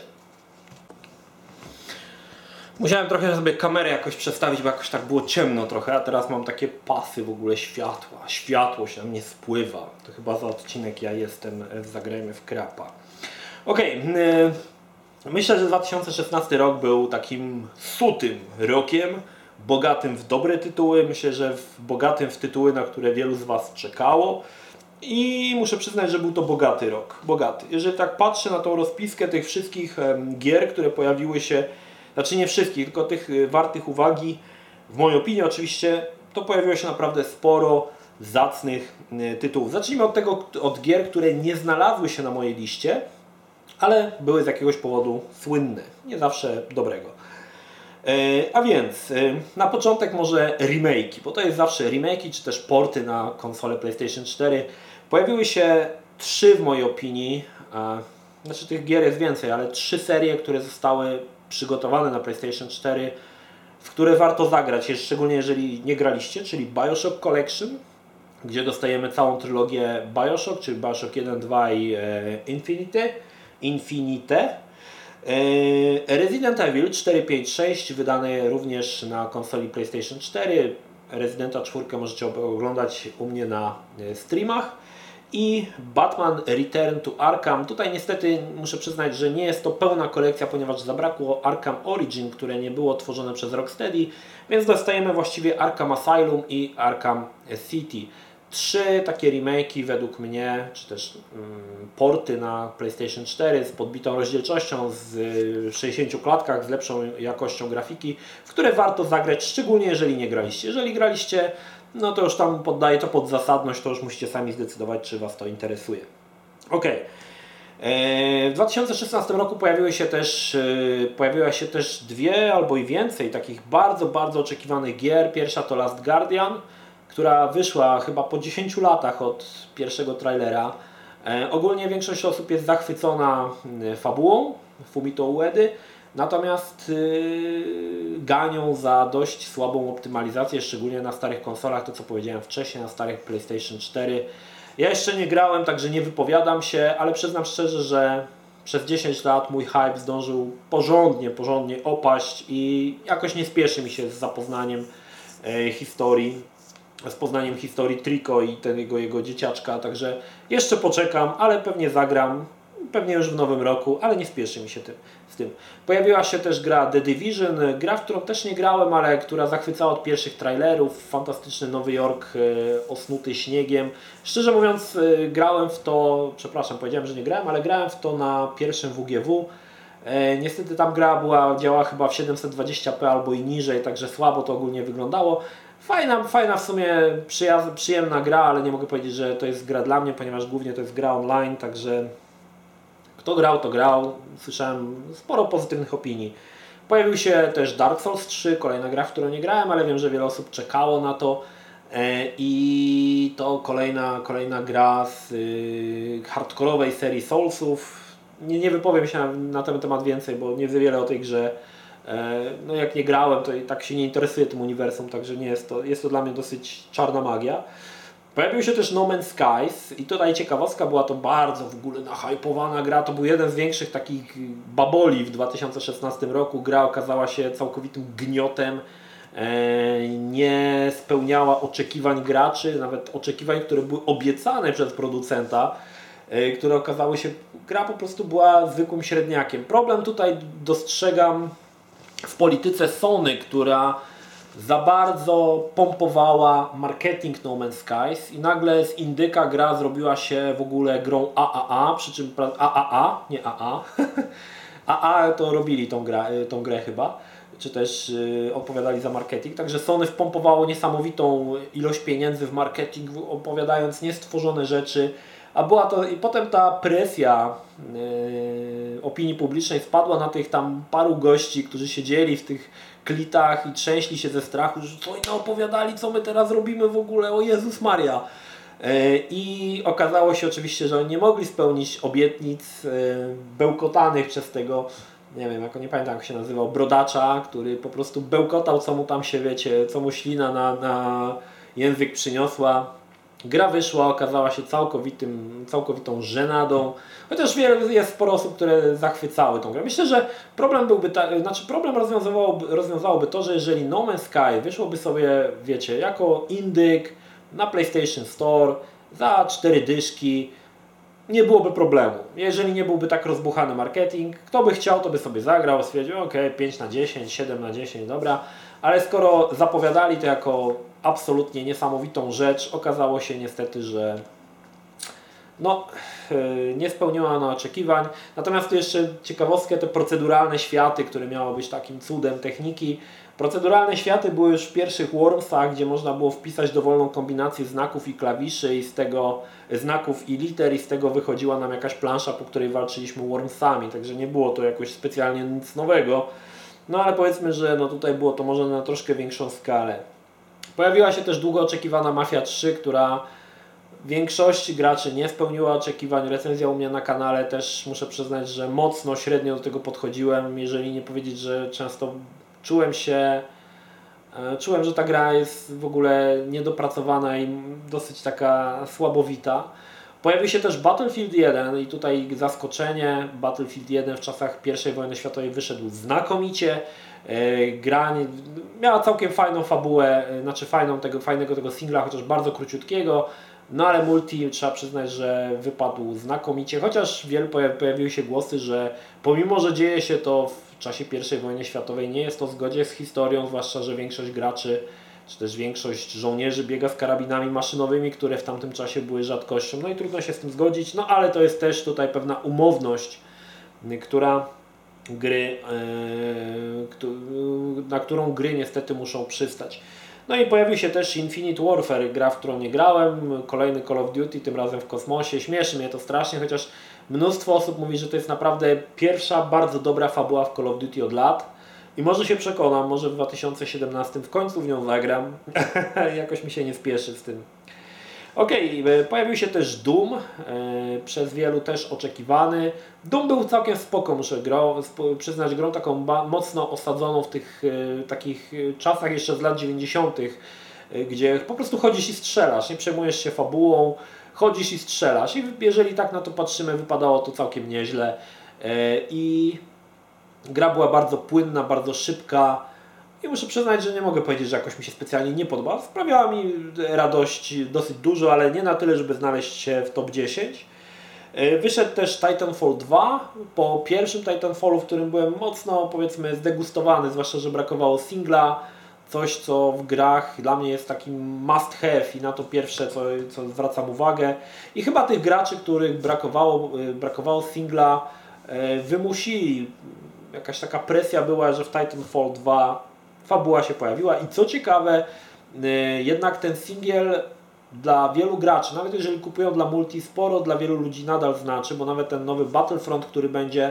Musiałem trochę sobie kamerę jakoś przestawić, bo jakoś tak było ciemno trochę, a teraz mam takie pasy w ogóle światła. Światło się na mnie spływa. To chyba za odcinek Ja jestem w Zagrajmy w Krapa. Okej, okay. Myślę, że dwa tysiące szesnasty rok był takim sutym rokiem, bogatym w dobre tytuły. Myślę, że w bogatym w tytuły, na które wielu z Was czekało. I muszę przyznać, że był to bogaty rok. Bogaty. Jeżeli tak patrzę na tą rozpiskę tych wszystkich gier, które pojawiły się, znaczy nie wszystkich, tylko tych wartych uwagi, w mojej opinii oczywiście, to pojawiło się naprawdę sporo zacnych tytułów. Zacznijmy od tego, od gier, które nie znalazły się na mojej liście, ale były z jakiegoś powodu słynne, nie zawsze dobrego. E, a więc, e, na początek może remake'i, bo to jest zawsze remake'i, czy też porty na konsolę PlayStation cztery. Pojawiły się trzy w mojej opinii, e, znaczy tych gier jest więcej, ale trzy serie, które zostały przygotowane na PlayStation cztery, w które warto zagrać, szczególnie jeżeli nie graliście, czyli Bioshock Collection, gdzie dostajemy całą trylogię Bioshock, czyli Bioshock jeden, dwa i e, Infinite. Infinite. E, Resident Evil cztery, pięć, sześć, wydane również na konsoli PlayStation cztery. Residenta cztery możecie oglądać u mnie na streamach. I Batman Return to Arkham. Tutaj niestety muszę przyznać, że nie jest to pełna kolekcja, ponieważ zabrakło Arkham Origin, które nie było tworzone przez Rocksteady, więc dostajemy właściwie Arkham Asylum i Arkham City. Trzy takie remake'i według mnie, czy też mm, porty na PlayStation cztery z podbitą rozdzielczością, z w sześćdziesięciu klatkach, z lepszą jakością grafiki, w które warto zagrać, szczególnie jeżeli nie graliście. Jeżeli graliście, no to już tam poddaję to pod zasadność, to już musicie sami zdecydować, czy Was to interesuje. Ok. W dwa tysiące szesnastym roku pojawiły się też, pojawiła się też dwie albo i więcej takich bardzo, bardzo oczekiwanych gier. Pierwsza to Last Guardian, która wyszła chyba po dziesięciu latach od pierwszego trailera. Ogólnie większość osób jest zachwycona fabułą Fumito Uedy, natomiast yy, ganią za dość słabą optymalizację, szczególnie na starych konsolach, to co powiedziałem wcześniej, na starych PlayStation cztery. Ja jeszcze nie grałem, także nie wypowiadam się, ale przyznam szczerze, że przez dziesięć lat mój hype zdążył porządnie, porządnie opaść i jakoś nie spieszy mi się z zapoznaniem yy, historii, z poznaniem historii Trico i tego jego dzieciaczka, także jeszcze poczekam, ale pewnie zagram. Pewnie już w nowym roku, ale nie spieszy mi się tym, z tym. Pojawiła się też gra The Division, gra, w którą też nie grałem, ale która zachwycała od pierwszych trailerów. Fantastyczny Nowy Jork e, osnuty śniegiem. Szczerze mówiąc e, grałem w to, przepraszam, powiedziałem, że nie grałem, ale grałem w to na pierwszym W G W. E, niestety tam gra była, działała chyba w siedemset dwadzieścia p albo i niżej, także słabo to ogólnie wyglądało. Fajna, fajna w sumie przyjemna gra, ale nie mogę powiedzieć, że to jest gra dla mnie, ponieważ głównie to jest gra online, także kto grał, to grał. Słyszałem sporo pozytywnych opinii. Pojawił się też Dark Souls trzy, kolejna gra, w którą nie grałem, ale wiem, że wiele osób czekało na to. I to kolejna, kolejna gra z hardkorowej serii Soulsów. Nie, nie wypowiem się na, na ten temat więcej, bo nie wiem wiele o tej grze. No jak nie grałem, to i tak się nie interesuję tym uniwersum, także nie jest to, jest to dla mnie dosyć czarna magia. Pojawił się też No Man's Skies i tutaj ciekawostka, była to bardzo w ogóle nahypowana gra, to był jeden z większych takich baboli w dwa tysiące szesnastym roku. Gra okazała się całkowitym gniotem, nie spełniała oczekiwań graczy, nawet oczekiwań, które były obiecane przez producenta, które okazały się, gra po prostu była zwykłym średniakiem. Problem tutaj dostrzegam w polityce Sony, która za bardzo pompowała marketing No Man's Skies i nagle z indyka gra zrobiła się w ogóle grą A A A, przy czym A A A, nie A A. A A to robili tą grę, tą grę chyba, czy też yy, odpowiadali za marketing, także Sony wpompowało niesamowitą ilość pieniędzy w marketing, opowiadając niestworzone rzeczy, a była to i potem ta presja yy, opinii publicznej spadła na tych tam paru gości, którzy siedzieli w tych klitach i trzęśli się ze strachu, że co oni opowiadali, co my teraz robimy w ogóle, o Jezus Maria. Yy, I okazało się oczywiście, że oni nie mogli spełnić obietnic yy, bełkotanych przez tego, nie wiem, jak nie pamiętam jak się nazywał, brodacza, który po prostu bełkotał, co mu tam się, wiecie, co mu ślina na, na język przyniosła. Gra wyszła, okazała się całkowitym, całkowitą żenadą, chociaż wiele, jest sporo osób, które zachwycały tą grę. Myślę, że problem byłby, ta, znaczy problem rozwiązywałoby, rozwiązałoby to, że jeżeli No Man's Sky wyszłoby sobie, wiecie, jako indyk na PlayStation Store za cztery dyszki, nie byłoby problemu. Jeżeli nie byłby tak rozbuchany marketing, kto by chciał, to by sobie zagrał, stwierdził, ok, pięć na dziesięć, siedem na dziesięć, dobra, ale skoro zapowiadali to jako absolutnie niesamowitą rzecz, okazało się niestety, że no, yy, nie spełniła ona oczekiwań. Natomiast tu jeszcze ciekawostkę, te proceduralne światy, które miały być takim cudem techniki. Proceduralne światy były już w pierwszych Wormsach, gdzie można było wpisać dowolną kombinację znaków i klawiszy i z tego znaków i liter i z tego wychodziła nam jakaś plansza, po której walczyliśmy Wormsami, także nie było to jakoś specjalnie nic nowego. No ale powiedzmy, że no tutaj było to może na troszkę większą skalę. Pojawiła się też długo oczekiwana Mafia trzy, która większości graczy nie spełniła oczekiwań. Recenzja u mnie na kanale też muszę przyznać, że mocno średnio do tego podchodziłem, jeżeli nie powiedzieć, że często czułem się Czułem, że ta gra jest w ogóle niedopracowana i dosyć taka słabowita. Pojawił się też Battlefield jeden i tutaj zaskoczenie. Battlefield jeden w czasach pierwszej wojny światowej wyszedł znakomicie. Gra miała całkiem fajną fabułę, znaczy fajną tego, fajnego tego singla, chociaż bardzo króciutkiego. No ale multi trzeba przyznać, że wypadł znakomicie, chociaż wiele pojawiły się głosy, że pomimo, że dzieje się to w czasie pierwszej wojny światowej, nie jest to w zgodzie z historią, zwłaszcza, że większość graczy, czy też większość żołnierzy biega z karabinami maszynowymi, które w tamtym czasie były rzadkością. No i trudno się z tym zgodzić, no ale to jest też tutaj pewna umowność, która gry, na którą gry niestety muszą przystać. No i pojawił się też Infinite Warfare, gra, w którą nie grałem, kolejny Call of Duty, tym razem w kosmosie. Śmieszy mnie to strasznie, chociaż mnóstwo osób mówi, że to jest naprawdę pierwsza bardzo dobra fabuła w Call of Duty od lat. I może się przekonam, może w dwa tysiące siedemnastym w końcu w nią zagram. Jakoś mi się nie spieszy z tym. Ok, pojawił się też Doom, e, przez wielu też oczekiwany. Doom był całkiem spoko, muszę grą, przyznać, grą taką mocno osadzoną w tych e, takich czasach jeszcze z lat dziewięćdziesiątych, e, gdzie po prostu chodzisz i strzelasz, nie przejmujesz się fabułą, chodzisz i strzelasz. I jeżeli tak na to patrzymy, wypadało to całkiem nieźle. E, I gra była bardzo płynna, bardzo szybka. I muszę przyznać, że nie mogę powiedzieć, że jakoś mi się specjalnie nie podoba. Sprawiała mi radość dosyć dużo, ale nie na tyle, żeby znaleźć się w top dziesięć. Wyszedł też Titanfall dwa. Po pierwszym Titanfallu, w którym byłem mocno, powiedzmy, zdegustowany, zwłaszcza, że brakowało singla. Coś, co w grach dla mnie jest takim must have i na to pierwsze, co, co zwracam uwagę. I chyba tych graczy, których brakowało, brakowało singla, wymusili. Jakaś taka presja była, że w Titanfall dwa fabuła się pojawiła i co ciekawe, jednak ten singiel dla wielu graczy, nawet jeżeli kupują dla multi, sporo dla wielu ludzi nadal znaczy, bo nawet ten nowy Battlefront, który będzie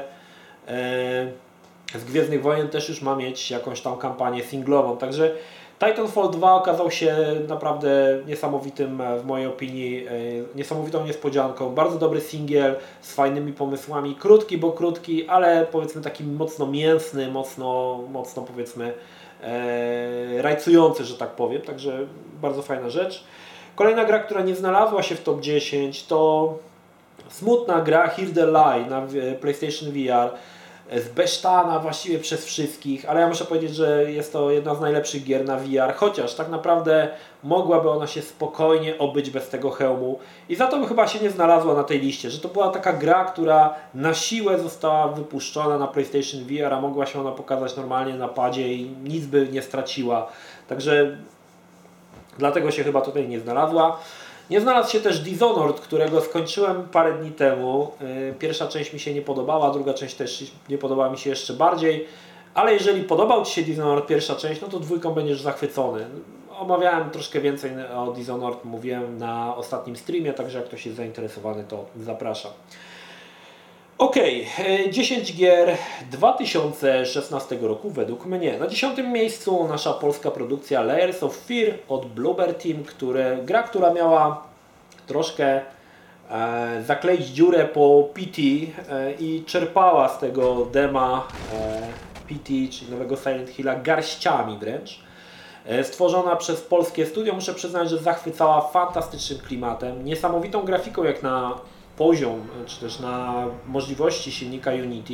z Gwiezdnych Wojen, też już ma mieć jakąś tam kampanię singlową, także Titanfall dwa okazał się naprawdę niesamowitym, w mojej opinii, niesamowitą niespodzianką. Bardzo dobry singiel z fajnymi pomysłami, krótki, bo krótki, ale powiedzmy taki mocno mięsny, mocno, mocno powiedzmy e, rajcujący, że tak powiem, także bardzo fajna rzecz. Kolejna gra, która nie znalazła się w top dziesięć, to smutna gra Hear the Lie na PlayStation V R. Zbesztana właściwie przez wszystkich, ale ja muszę powiedzieć, że jest to jedna z najlepszych gier na V R, chociaż tak naprawdę mogłaby ona się spokojnie obyć bez tego hełmu i za to by chyba się nie znalazła na tej liście, że to była taka gra, która na siłę została wypuszczona na PlayStation V R, a mogła się ona pokazać normalnie na padzie i nic by nie straciła, także dlatego się chyba tutaj nie znalazła. Nie znalazł się też Dishonored, którego skończyłem parę dni temu. Pierwsza część mi się nie podobała, druga część też nie podobała mi się jeszcze bardziej. Ale jeżeli podobał Ci się Dishonored pierwsza część, no to dwójką będziesz zachwycony. Omawiałem troszkę więcej o Dishonored, mówiłem na ostatnim streamie, także jak ktoś jest zainteresowany, to zapraszam. Ok, dziesięć gier dwa tysiące szesnastego roku według mnie. Na dziesiątym miejscu nasza polska produkcja Layers of Fear od Bloober Team, które, gra, która miała troszkę e, zakleić dziurę po P T e, i czerpała z tego dema e, P T, czyli nowego Silent Hilla, garściami wręcz. E, stworzona przez polskie studio, muszę przyznać, że zachwycała fantastycznym klimatem, niesamowitą grafiką jak na poziom, czy też na możliwości silnika Unity.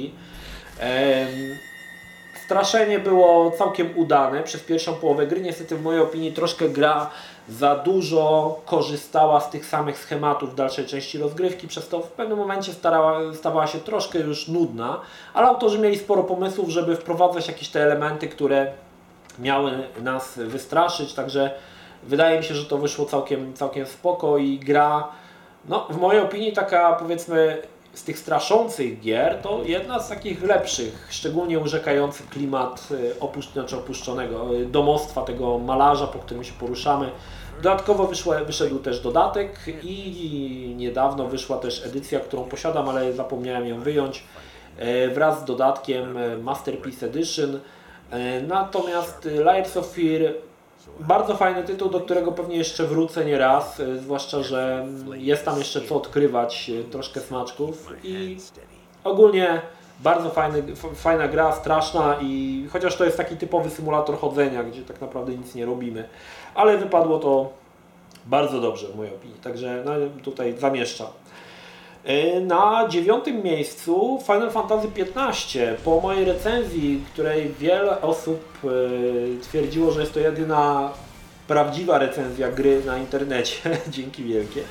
Straszenie było całkiem udane przez pierwszą połowę gry. Niestety w mojej opinii troszkę gra za dużo korzystała z tych samych schematów w dalszej części rozgrywki, przez to w pewnym momencie starała, stawała się troszkę już nudna, ale autorzy mieli sporo pomysłów, żeby wprowadzać jakieś te elementy, które miały nas wystraszyć, także wydaje mi się, że to wyszło całkiem, całkiem spoko i gra, no w mojej opinii taka, powiedzmy, z tych straszących gier to jedna z takich lepszych, szczególnie urzekający klimat opuszcz, znaczy opuszczonego domostwa, tego malarza, po którym się poruszamy. Dodatkowo wyszło, wyszedł też dodatek i niedawno wyszła też edycja, którą posiadam, ale zapomniałem ją wyjąć, wraz z dodatkiem Masterpiece Edition. Natomiast Layers of Fear, bardzo fajny tytuł, do którego pewnie jeszcze wrócę nie raz, zwłaszcza, że jest tam jeszcze co odkrywać, troszkę smaczków i ogólnie Bardzo fajny, fajna gra, straszna i chociaż to jest taki typowy symulator chodzenia, gdzie tak naprawdę nic nie robimy, ale wypadło to bardzo dobrze w mojej opinii, także no, tutaj zamieszczam. Na dziewiątym miejscu Final Fantasy piętnaście. Po mojej recenzji, której wiele osób twierdziło, że jest to jedyna prawdziwa recenzja gry na internecie, dzięki wielkie.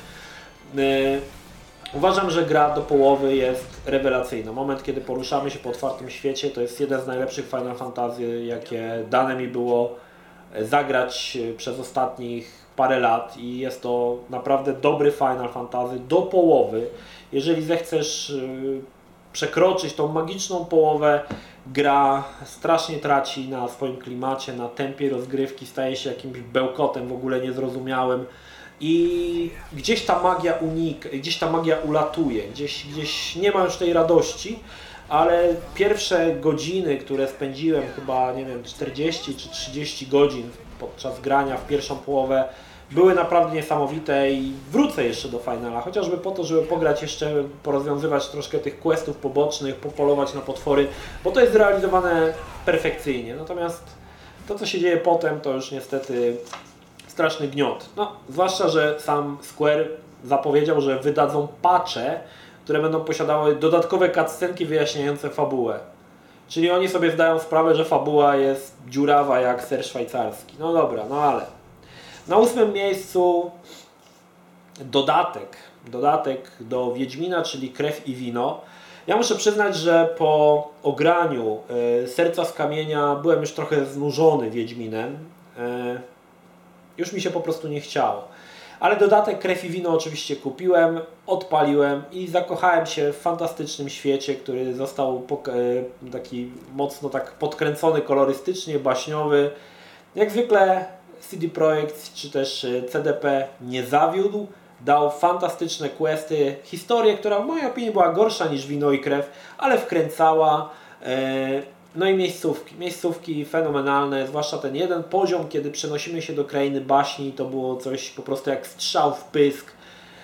Uważam, że gra do połowy jest rewelacyjna. Moment, kiedy poruszamy się po otwartym świecie, to jest jeden z najlepszych Final Fantasy, jakie dane mi było zagrać przez ostatnich parę lat i jest to naprawdę dobry Final Fantasy do połowy. Jeżeli zechcesz przekroczyć tą magiczną połowę, gra strasznie traci na swoim klimacie, na tempie rozgrywki, staje się jakimś bełkotem w ogóle niezrozumiałym i gdzieś ta magia unika, gdzieś ta magia ulatuje, gdzieś, gdzieś nie ma już tej radości, ale pierwsze godziny, które spędziłem, chyba nie wiem, czterdzieści czy trzydzieści godzin podczas grania w pierwszą połowę, były naprawdę niesamowite i wrócę jeszcze do finala, chociażby po to, żeby pograć jeszcze, porozwiązywać troszkę tych questów pobocznych, popolować na potwory, bo to jest zrealizowane perfekcyjnie. Natomiast to, co się dzieje potem, to już niestety straszny gniot. No, zwłaszcza, że sam Square zapowiedział, że wydadzą patche, które będą posiadały dodatkowe cutscenki wyjaśniające fabułę. Czyli oni sobie zdają sprawę, że fabuła jest dziurawa jak ser szwajcarski. No dobra, no ale... Na ósmym miejscu dodatek, dodatek do Wiedźmina, czyli Krew i Wino. Ja muszę przyznać, że po ograniu y, Serca z Kamienia byłem już trochę znużony Wiedźminem. Y, już mi się po prostu nie chciało. Ale dodatek Krew i Wino oczywiście kupiłem, odpaliłem i zakochałem się w fantastycznym świecie, który został y, taki mocno tak podkręcony kolorystycznie, baśniowy. Jak zwykle C D Projekt czy też C D P nie zawiódł, dał fantastyczne questy, historię, która w mojej opinii była gorsza niż Wino i Krew, ale wkręcała. No i miejscówki, miejscówki fenomenalne, zwłaszcza ten jeden poziom, kiedy przenosimy się do krainy baśni, to było coś po prostu jak strzał w pysk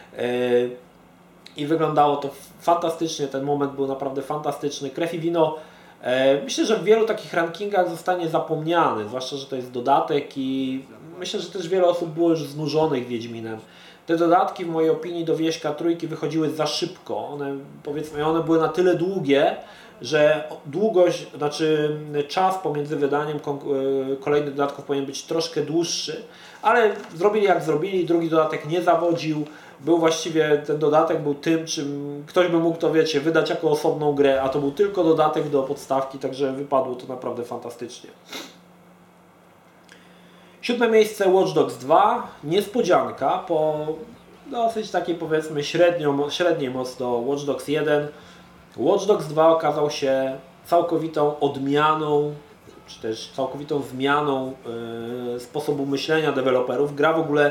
i wyglądało to fantastycznie, ten moment był naprawdę fantastyczny. Krew i Wino, myślę, że w wielu takich rankingach zostanie zapomniany, zwłaszcza, że to jest dodatek i myślę, że też wiele osób było już znużonych Wiedźminem. Te dodatki w mojej opinii do Wieśka Trójki wychodziły za szybko, one, powiedzmy, one były na tyle długie, że długość, znaczy czas pomiędzy wydaniem kolejnych dodatków powinien być troszkę dłuższy, ale zrobili jak zrobili, drugi dodatek nie zawodził, był właściwie, ten dodatek był tym, czym ktoś by mógł to, wiecie, wydać jako osobną grę, a to był tylko dodatek do podstawki, także wypadło to naprawdę fantastycznie. Siódme miejsce Watch Dogs dwa, niespodzianka po dosyć takiej, powiedzmy, średnio, średniej moc do Watch Dogs jeden. Watch Dogs dwa okazał się całkowitą odmianą, czy też całkowitą zmianą yy, sposobu myślenia deweloperów. Gra w ogóle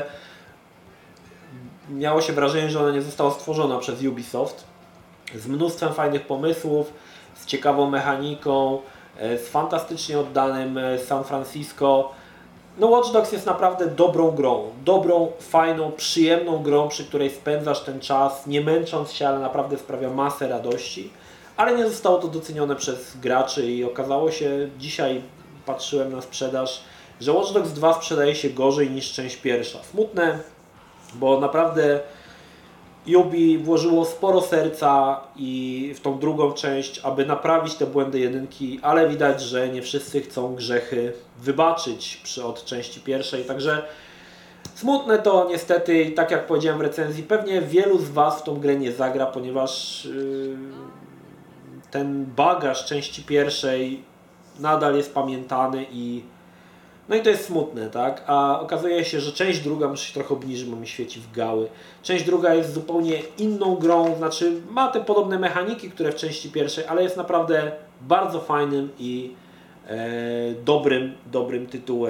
miało się wrażenie, że ona nie została stworzona przez Ubisoft. Z mnóstwem fajnych pomysłów, z ciekawą mechaniką, yy, z fantastycznie oddanym yy, San Francisco. No Watch Dogs jest naprawdę dobrą grą, dobrą, fajną, przyjemną grą, przy której spędzasz ten czas, nie męcząc się, ale naprawdę sprawia masę radości. Ale nie zostało to docenione przez graczy i okazało się, dzisiaj patrzyłem na sprzedaż, że Watch Dogs dwa sprzedaje się gorzej niż część pierwsza. Smutne, bo naprawdę Ubi włożyło sporo serca i w tą drugą część, aby naprawić te błędy jedynki, ale widać, że nie wszyscy chcą grzechy wybaczyć przy od części pierwszej, także smutne to niestety, tak jak powiedziałem w recenzji, pewnie wielu z Was w tą grę nie zagra, ponieważ yy, ten bagaż części pierwszej nadal jest pamiętany i no i to jest smutne, tak? A okazuje się, że część druga, muszę się trochę obniżyć, bo mi świeci w gały. Część druga jest zupełnie inną grą, znaczy ma te podobne mechaniki, które w części pierwszej, ale jest naprawdę bardzo fajnym i e, dobrym, dobrym tytułem.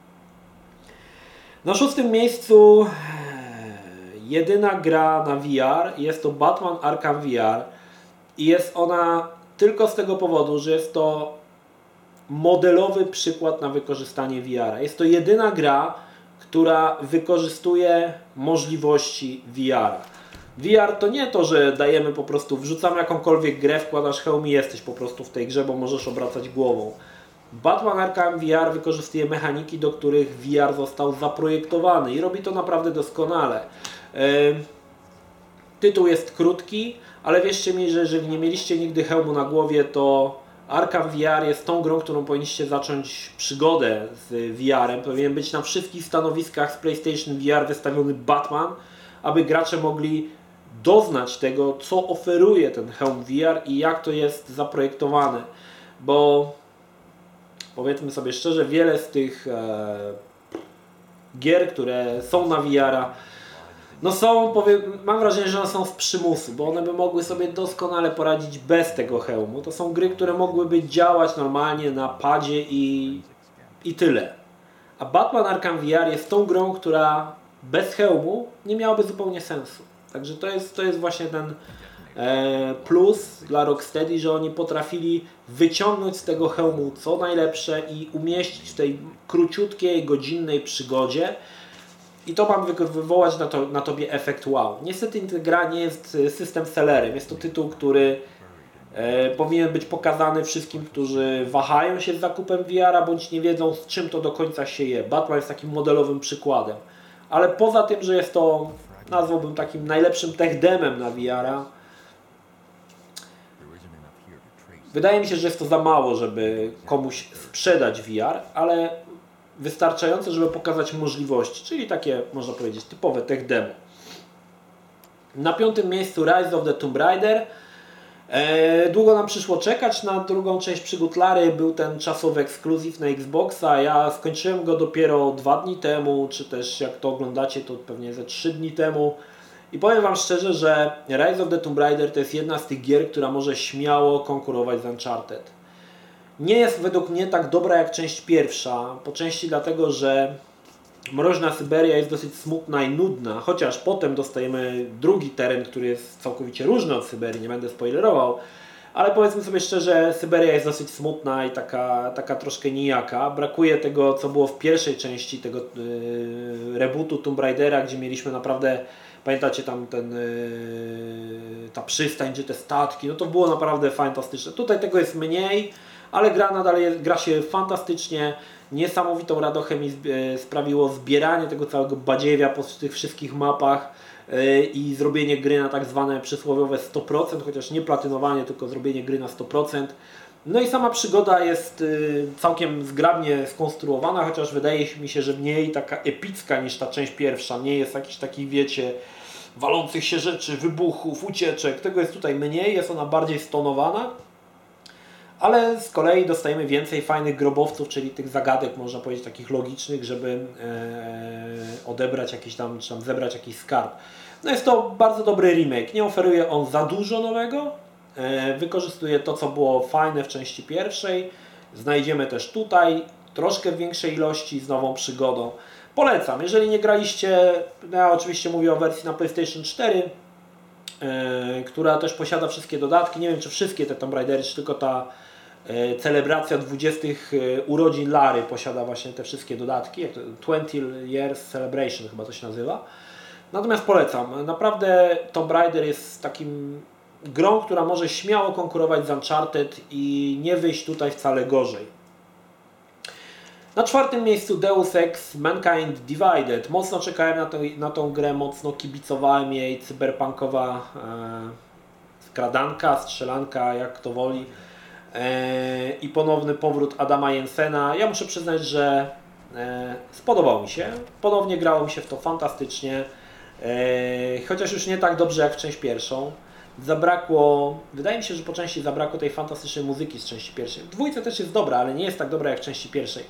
Na szóstym miejscu jedyna gra na V R, jest to Batman Arkham V R i jest ona tylko z tego powodu, że jest to modelowy przykład na wykorzystanie V R. Jest to jedyna gra, która wykorzystuje możliwości V R. V R to nie to, że dajemy po prostu, wrzucamy jakąkolwiek grę, wkładasz hełm i jesteś po prostu w tej grze, bo możesz obracać głową. Batman Arkham V R wykorzystuje mechaniki, do których V R został zaprojektowany i robi to naprawdę doskonale. Yy, tytuł jest krótki, ale wierzcie mi, że jeżeli nie mieliście nigdy hełmu na głowie, to Arkham V R jest tą grą, którą powinniście zacząć przygodę z V R-em. Powinien być na wszystkich stanowiskach z PlayStation V R wystawiony Batman, aby gracze mogli doznać tego, co oferuje ten hełm V R i jak to jest zaprojektowane. Bo powiedzmy sobie szczerze, wiele z tych e, gier, które są na V R-a, no są, powiem, mam wrażenie, że one są z przymusu, bo one by mogły sobie doskonale poradzić bez tego hełmu. To są gry, które mogłyby działać normalnie na padzie i, i tyle. A Batman Arkham V R jest tą grą, która bez hełmu nie miałaby zupełnie sensu. Także to jest, to jest właśnie ten e, plus dla Rocksteady, że oni potrafili wyciągnąć z tego hełmu co najlepsze i umieścić w tej króciutkiej, godzinnej przygodzie. I to ma wywołać na, to, na tobie efekt wow. Niestety ta gra nie jest system sellerem. Jest to tytuł, który e, powinien być pokazany wszystkim, którzy wahają się z zakupem V R-a, bądź nie wiedzą, z czym to do końca się je. Batman jest takim modelowym przykładem. Ale poza tym, że jest to, nazwałbym takim najlepszym tech demem na V R-a, wydaje mi się, że jest to za mało, żeby komuś sprzedać V R, ale wystarczające, żeby pokazać możliwości, czyli takie, można powiedzieć, typowe tech demo. Na piątym miejscu Rise of the Tomb Raider. Eee, długo nam przyszło czekać na drugą część przygód Lary, był ten czasowy ekskluzyw na Xboxa, ja skończyłem go dopiero dwa dni temu, czy też jak to oglądacie, to pewnie ze trzy dni temu. I powiem Wam szczerze, że Rise of the Tomb Raider to jest jedna z tych gier, która może śmiało konkurować z Uncharted. Nie jest według mnie tak dobra jak część pierwsza, po części dlatego, że Mroźna Syberia jest dosyć smutna i nudna, chociaż potem dostajemy drugi teren, który jest całkowicie różny od Syberii, nie będę spoilerował, ale powiedzmy sobie szczerze, Syberia jest dosyć smutna i taka, taka troszkę nijaka. Brakuje tego, co było w pierwszej części tego yy, rebootu Tomb Raidera, gdzie mieliśmy naprawdę, pamiętacie tam ten, yy, ta przystań, gdzie te statki, no to było naprawdę fantastyczne. Tutaj tego jest mniej, ale gra nadal jest, gra się fantastycznie. Niesamowitą radochę mi sprawiło zbieranie tego całego badziewia po tych wszystkich mapach yy, i zrobienie gry na tak zwane przysłowiowe sto procent, chociaż nie platynowanie, tylko zrobienie gry na sto procent. No i sama przygoda jest yy, całkiem zgrabnie skonstruowana, chociaż wydaje mi się, że mniej taka epicka niż ta część pierwsza. Nie jest jakiś taki, wiecie, walących się rzeczy, wybuchów, ucieczek. Tego jest tutaj mniej, jest ona bardziej stonowana. Ale z kolei dostajemy więcej fajnych grobowców, czyli tych zagadek, można powiedzieć, takich logicznych, żeby e, odebrać jakiś tam, czy tam zebrać jakiś skarb. No jest to bardzo dobry remake. Nie oferuje on za dużo nowego. E, wykorzystuje to, co było fajne w części pierwszej. Znajdziemy też tutaj troszkę w większej ilości z nową przygodą. Polecam. Jeżeli nie graliście, ja oczywiście mówię o wersji na PlayStation cztery, e, która też posiada wszystkie dodatki. Nie wiem, czy wszystkie te Tomb Raidery, czy tylko ta celebracja dwudziestych urodzin Lary posiada właśnie te wszystkie dodatki, jak to twenty years celebration chyba to się nazywa. Natomiast polecam. Naprawdę Tomb Raider jest takim grą, która może śmiało konkurować z Uncharted i nie wyjść tutaj wcale gorzej. Na czwartym miejscu Deus Ex Mankind Divided. Mocno czekałem na, to, na tą grę, mocno kibicowałem jej, cyberpunkowa e, skradanka, strzelanka, jak to woli. I ponowny powrót Adama Jensena. Ja muszę przyznać, że spodobał mi się. Ponownie grało mi się w to fantastycznie. Chociaż już nie tak dobrze jak w część pierwszą. Zabrakło, wydaje mi się, że po części zabrakło tej fantastycznej muzyki z części pierwszej. W dwójce też jest dobra, ale nie jest tak dobra jak w części pierwszej.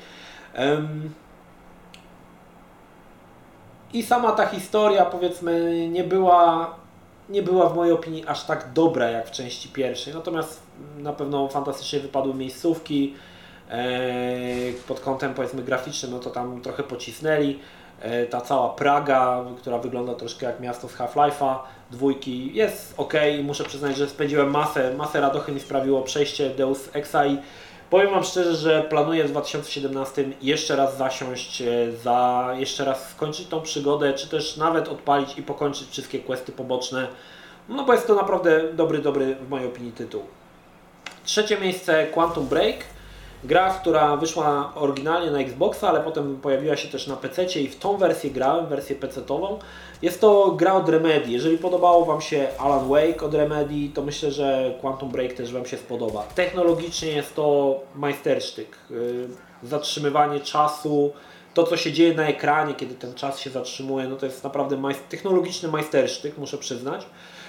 I sama ta historia, powiedzmy, nie była nie była w mojej opinii aż tak dobra jak w części pierwszej, natomiast na pewno fantastycznie wypadły miejscówki, pod kątem, powiedzmy, graficznym, no to tam trochę pocisnęli. Ta cała Praga, która wygląda troszkę jak miasto z Half-Life'a dwójki, jest ok. Muszę przyznać, że spędziłem masę, masę radochy mi sprawiło przejście Deus Exa i Powiem Wam szczerze, że planuję w dwa tysiące siedemnastym jeszcze raz zasiąść, za, jeszcze raz skończyć tą przygodę, czy też nawet odpalić i pokończyć wszystkie questy poboczne, no bo jest to naprawdę dobry, dobry w mojej opinii tytuł. Trzecie miejsce Quantum Break. Gra, która wyszła oryginalnie na Xboxa, ale potem pojawiła się też na pececie i w tą wersję grałem, wersję pecetową. Jest to gra od Remedy. Jeżeli podobało Wam się Alan Wake od Remedy, to myślę, że Quantum Break też Wam się spodoba. Technologicznie jest to majstersztyk. Zatrzymywanie czasu, to co się dzieje na ekranie, kiedy ten czas się zatrzymuje, no to jest naprawdę majst- technologiczny majstersztyk, muszę przyznać.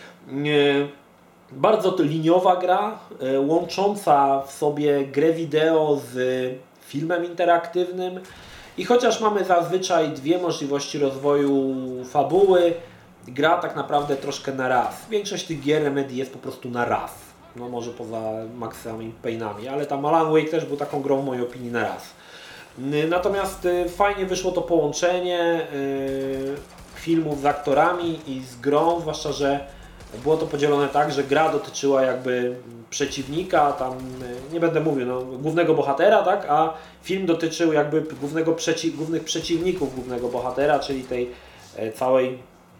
Bardzo to liniowa gra, łącząca w sobie grę wideo z filmem interaktywnym i chociaż mamy zazwyczaj dwie możliwości rozwoju fabuły, gra tak naprawdę troszkę na raz. Większość tych gier Remedy jest po prostu na raz, no może poza Maxami Payne'ami, ale tam Alan Wake też był taką grą w mojej opinii na raz. Natomiast fajnie wyszło to połączenie filmów z aktorami i z grą, zwłaszcza że było to podzielone tak, że gra dotyczyła jakby przeciwnika, tam nie będę mówił, no, głównego bohatera, tak, a film dotyczył jakby głównego przeci głównych przeciwników głównego bohatera, czyli tej e, całej,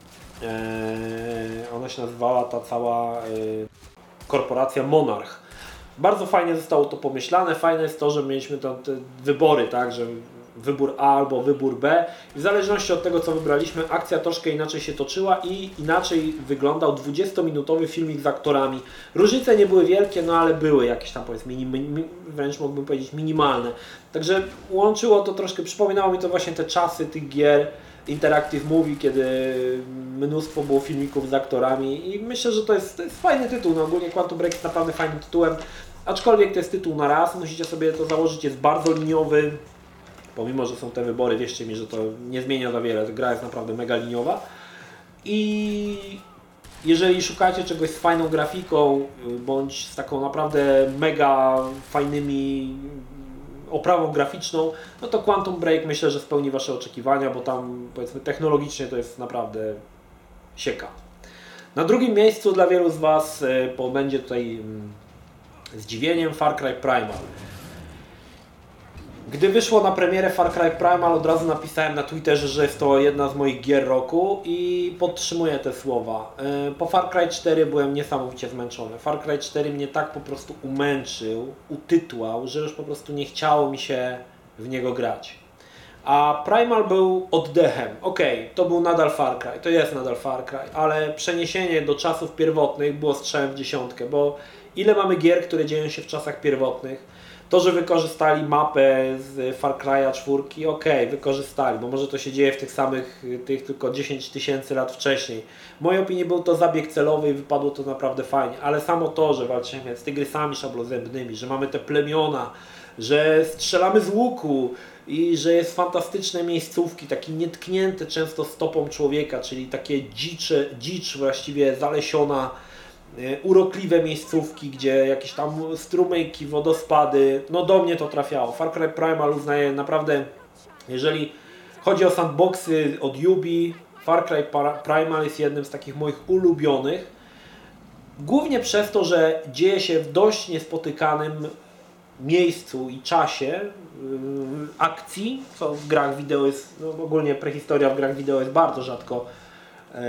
e, ona się nazywała ta cała e, korporacja Monarch. Bardzo fajnie zostało to pomyślane, fajne jest to, że mieliśmy tam te wybory, tak, że wybór A albo wybór B i w zależności od tego co wybraliśmy, akcja troszkę inaczej się toczyła i inaczej wyglądał dwudziestominutowy filmik z aktorami. Różnice nie były wielkie, no ale były jakieś tam powiedzmy, minim, wręcz mógłbym powiedzieć minimalne. Także łączyło to troszkę, przypominało mi to właśnie te czasy tych gier Interactive Movie, kiedy mnóstwo było filmików z aktorami i myślę, że to jest, to jest fajny tytuł. No ogólnie Quantum Break jest naprawdę fajnym tytułem, aczkolwiek to jest tytuł na raz, musicie sobie to założyć, jest bardzo liniowy. Pomimo, że są te wybory, wierzcie mi, że to nie zmienia za wiele, ta gra jest naprawdę mega liniowa. I jeżeli szukacie czegoś z fajną grafiką, bądź z taką naprawdę mega fajnymi oprawą graficzną, no to Quantum Break myślę, że spełni Wasze oczekiwania, bo tam powiedzmy technologicznie to jest naprawdę sieka. Na drugim miejscu dla wielu z Was będzie tutaj zdziwieniem Far Cry Primal. Gdy wyszło na premierę Far Cry Primal, od razu napisałem na Twitterze, że jest to jedna z moich gier roku i podtrzymuję te słowa. Po Far Cry cztery byłem niesamowicie zmęczony. Far Cry cztery mnie tak po prostu umęczył, utytłał, że już po prostu nie chciało mi się w niego grać. A Primal był oddechem. Okej, okay, to był nadal Far Cry, to jest nadal Far Cry, ale przeniesienie do czasów pierwotnych było strzałem w dziesiątkę, bo ile mamy gier, które dzieją się w czasach pierwotnych? To, że wykorzystali mapę z Far Cry'a cztery, ok, wykorzystali, bo może to się dzieje w tych samych, tych tylko dziesięć tysięcy lat wcześniej. W mojej opinii był to zabieg celowy i wypadło to naprawdę fajnie, ale samo to, że walczymy z tygrysami szablozębnymi, że mamy te plemiona, że strzelamy z łuku i że jest fantastyczne miejscówki, takie nietknięte często stopą człowieka, czyli takie dzicze, dzicz właściwie zalesiona, urokliwe miejscówki, gdzie jakieś tam strumyki, wodospady, no do mnie to trafiało. Far Cry Primal uznaję naprawdę, jeżeli chodzi o sandboxy od Ubi, Far Cry Primal jest jednym z takich moich ulubionych. Głównie przez to, że dzieje się w dość niespotykanym miejscu i czasie yy, akcji, co w grach wideo jest, no ogólnie prehistoria w grach wideo jest bardzo rzadko yy,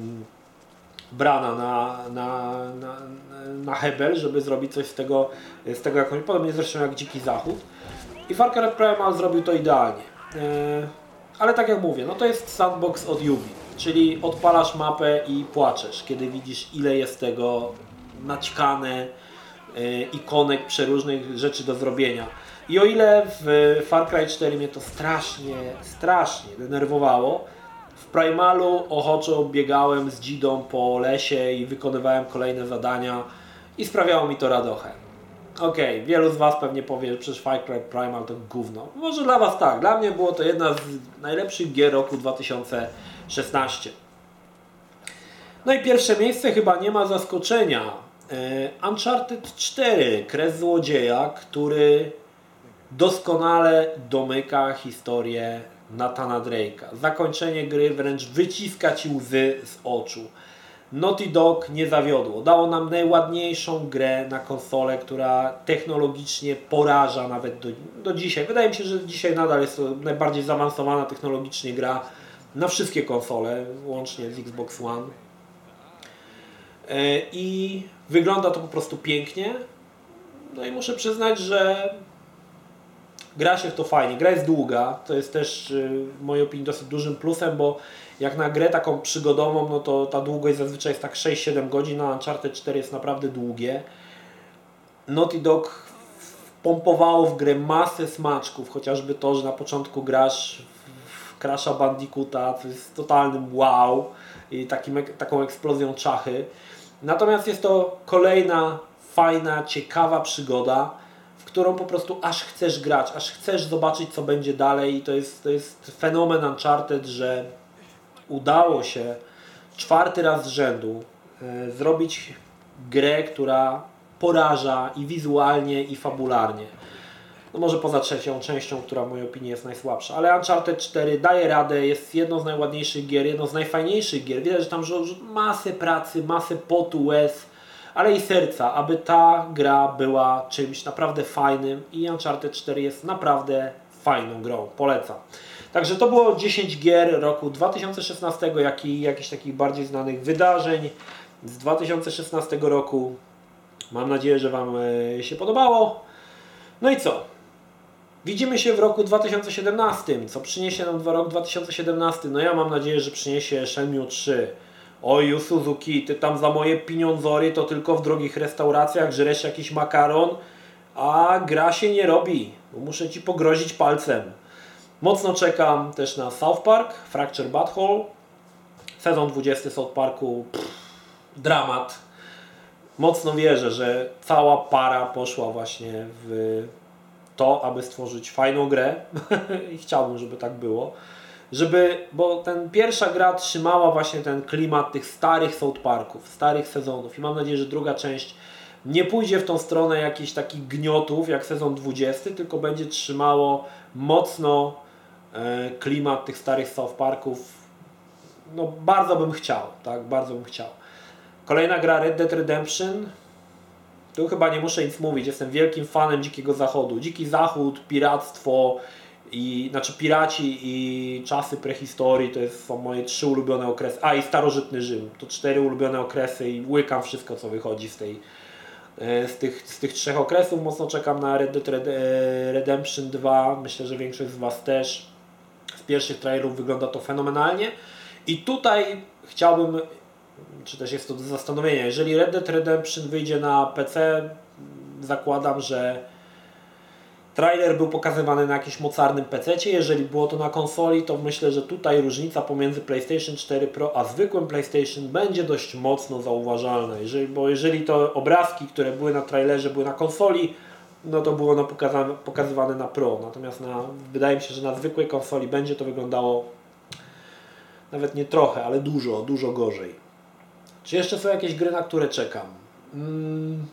brana na, na, na, na hebel, żeby zrobić coś z tego, z tego jakąś, podobnie zresztą jak Dziki Zachód. I Far Cry Primal zrobił to idealnie. Yy, ale tak jak mówię, no to jest sandbox od Ubi, czyli odpalasz mapę i płaczesz, kiedy widzisz ile jest tego naćkane, yy, ikonek przeróżnych rzeczy do zrobienia. I o ile w Far Cry cztery mnie to strasznie, strasznie denerwowało, w Primalu ochoczo biegałem z dzidą po lesie i wykonywałem kolejne zadania i sprawiało mi to radochę. Okej, okay, wielu z Was pewnie powie, że przecież Far Cry Primal to gówno. Może dla Was tak, dla mnie było to jedna z najlepszych gier roku dwa tysiące szesnastego. No i pierwsze miejsce chyba nie ma zaskoczenia. Uncharted cztery, Kres Złodzieja, który doskonale domyka historię Nathana Drake'a. Zakończenie gry wręcz wyciska Ci łzy z oczu. Naughty Dog nie zawiodło. Dało nam najładniejszą grę na konsolę, która technologicznie poraża nawet do, do dzisiaj. Wydaje mi się, że dzisiaj nadal jest to najbardziej zaawansowana technologicznie gra na wszystkie konsole, łącznie z Xbox One. I wygląda to po prostu pięknie. No i muszę przyznać, że gra się w to fajnie. Gra jest długa, to jest też w mojej opinii dosyć dużym plusem, bo jak na grę taką przygodową, no to ta długość zazwyczaj jest tak sześć siedem godzin, a Uncharted cztery jest naprawdę długie. Naughty Dog pompowało w grę masę smaczków, chociażby to, że na początku grasz w Crash'a Bandicoota, co jest totalnym wow i takim, taką eksplozją czachy. Natomiast jest to kolejna fajna, ciekawa przygoda, w którą po prostu aż chcesz grać, aż chcesz zobaczyć, co będzie dalej. I to jest, to jest fenomen Uncharted, że udało się czwarty raz z rzędu e, zrobić grę, która poraża i wizualnie, i fabularnie. No może poza trzecią częścią, która w mojej opinii jest najsłabsza, ale Uncharted cztery daje radę, jest jedną z najładniejszych gier, jedną z najfajniejszych gier. Widać, że tam masę pracy, masę potu, łez, ale i serca, aby ta gra była czymś naprawdę fajnym i Uncharted cztery jest naprawdę fajną grą, polecam. Także to było dziesięć gier roku dwa tysiące szesnastego, jak i jakichś takich bardziej znanych wydarzeń z dwa tysiące szesnastego roku. Mam nadzieję, że Wam się podobało. No i co? Widzimy się w roku dwa tysiące siedemnastym. Co przyniesie nam rok dwa tysiące siedemnasty? No ja mam nadzieję, że przyniesie Shenmue trzy. Oj, Suzuki, ty tam za moje pieniądzory to tylko w drogich restauracjach żresz jakiś makaron, a gra się nie robi. Muszę Ci pogrozić palcem. Mocno czekam też na South Park, Fracture Butthole. Sezon dwudziesty South Parku, pff, dramat. Mocno wierzę, że cała para poszła właśnie w to, aby stworzyć fajną grę i chciałbym, żeby tak było. Żeby, bo ten pierwsza gra trzymała właśnie ten klimat tych starych South Parków, starych sezonów i mam nadzieję, że druga część nie pójdzie w tą stronę jakichś takich gniotów jak sezon dwudziesty, tylko będzie trzymało mocno e, klimat tych starych South Parków. No bardzo bym chciał, tak, bardzo bym chciał. Kolejna gra Red Dead Redemption. Tu chyba nie muszę nic mówić, jestem wielkim fanem Dzikiego Zachodu. Dziki Zachód, piractwo, i, znaczy piraci i czasy prehistorii to jest, są moje trzy ulubione okresy. A i starożytny Rzym, to cztery ulubione okresy i łykam wszystko, co wychodzi z, tej, z, tych, z tych trzech okresów. Mocno czekam na Red Dead Redemption dwa, myślę, że większość z Was też. Z pierwszych trailerów wygląda to fenomenalnie i tutaj chciałbym, czy też jest to do zastanowienia, jeżeli Red Dead Redemption wyjdzie na P C, zakładam, że trailer był pokazywany na jakimś mocarnym pececie. Jeżeli było to na konsoli, to myślę, że tutaj różnica pomiędzy PlayStation cztery Pro a zwykłym PlayStation będzie dość mocno zauważalna. Jeżeli, bo jeżeli to obrazki, które były na trailerze, były na konsoli, no to było ono pokazane, pokazywane na Pro. Natomiast na, wydaje mi się, że na zwykłej konsoli będzie to wyglądało nawet nie trochę, ale dużo, dużo gorzej. Czy jeszcze są jakieś gry, na które czekam? Hmm.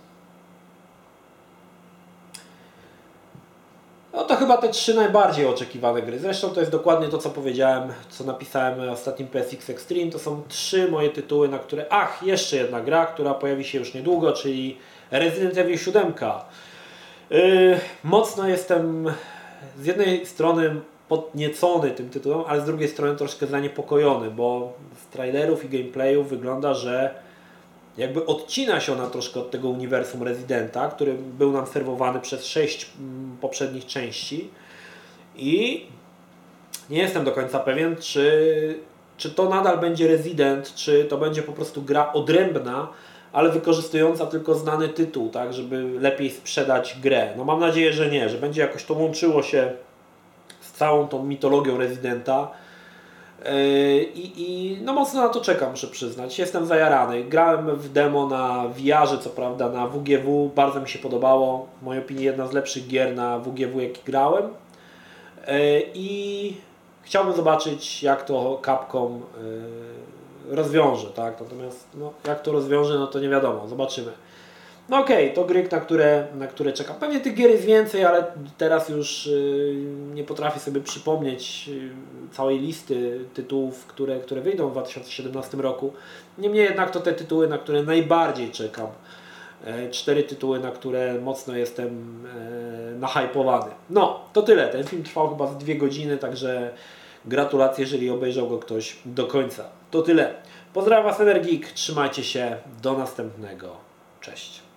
No to chyba te trzy najbardziej oczekiwane gry. Zresztą to jest dokładnie to, co powiedziałem, co napisałem w ostatnim P S X Extreme. To są trzy moje tytuły, na które... Ach, jeszcze jedna gra, która pojawi się już niedługo, czyli Resident Evil siedem. Yy, mocno jestem z jednej strony podniecony tym tytułem, ale z drugiej strony troszkę zaniepokojony, bo z trailerów i gameplayów wygląda, że jakby odcina się ona troszkę od tego uniwersum Residenta, który był nam serwowany przez sześć poprzednich części i nie jestem do końca pewien, czy, czy to nadal będzie Resident, czy to będzie po prostu gra odrębna, ale wykorzystująca tylko znany tytuł, tak, żeby lepiej sprzedać grę. No mam nadzieję, że nie, że będzie jakoś to łączyło się z całą tą mitologią Residenta. I, I no mocno na to czekam, muszę przyznać. Jestem zajarany. Grałem w demo na V R-ze, co prawda na W G W. Bardzo mi się podobało. W mojej opinii jedna z lepszych gier na W G W, jaki grałem. I chciałbym zobaczyć, jak to Capcom rozwiąże. Tak? Natomiast no, jak to rozwiąże, no to nie wiadomo. Zobaczymy. No okej, okay, to gry, na które, na które czekam. Pewnie tych gier jest więcej, ale teraz już yy, nie potrafię sobie przypomnieć yy, całej listy tytułów, które, które wyjdą w dwa tysiące siedemnastym roku. Niemniej jednak to te tytuły, na które najbardziej czekam. Yy, cztery tytuły, na które mocno jestem yy, nahypowany. No, to tyle. Ten film trwał chyba z dwie godziny, także gratulacje, jeżeli obejrzał go ktoś do końca. To tyle. Pozdrawiam Was, Energeek. Trzymajcie się. Do następnego. Cześć.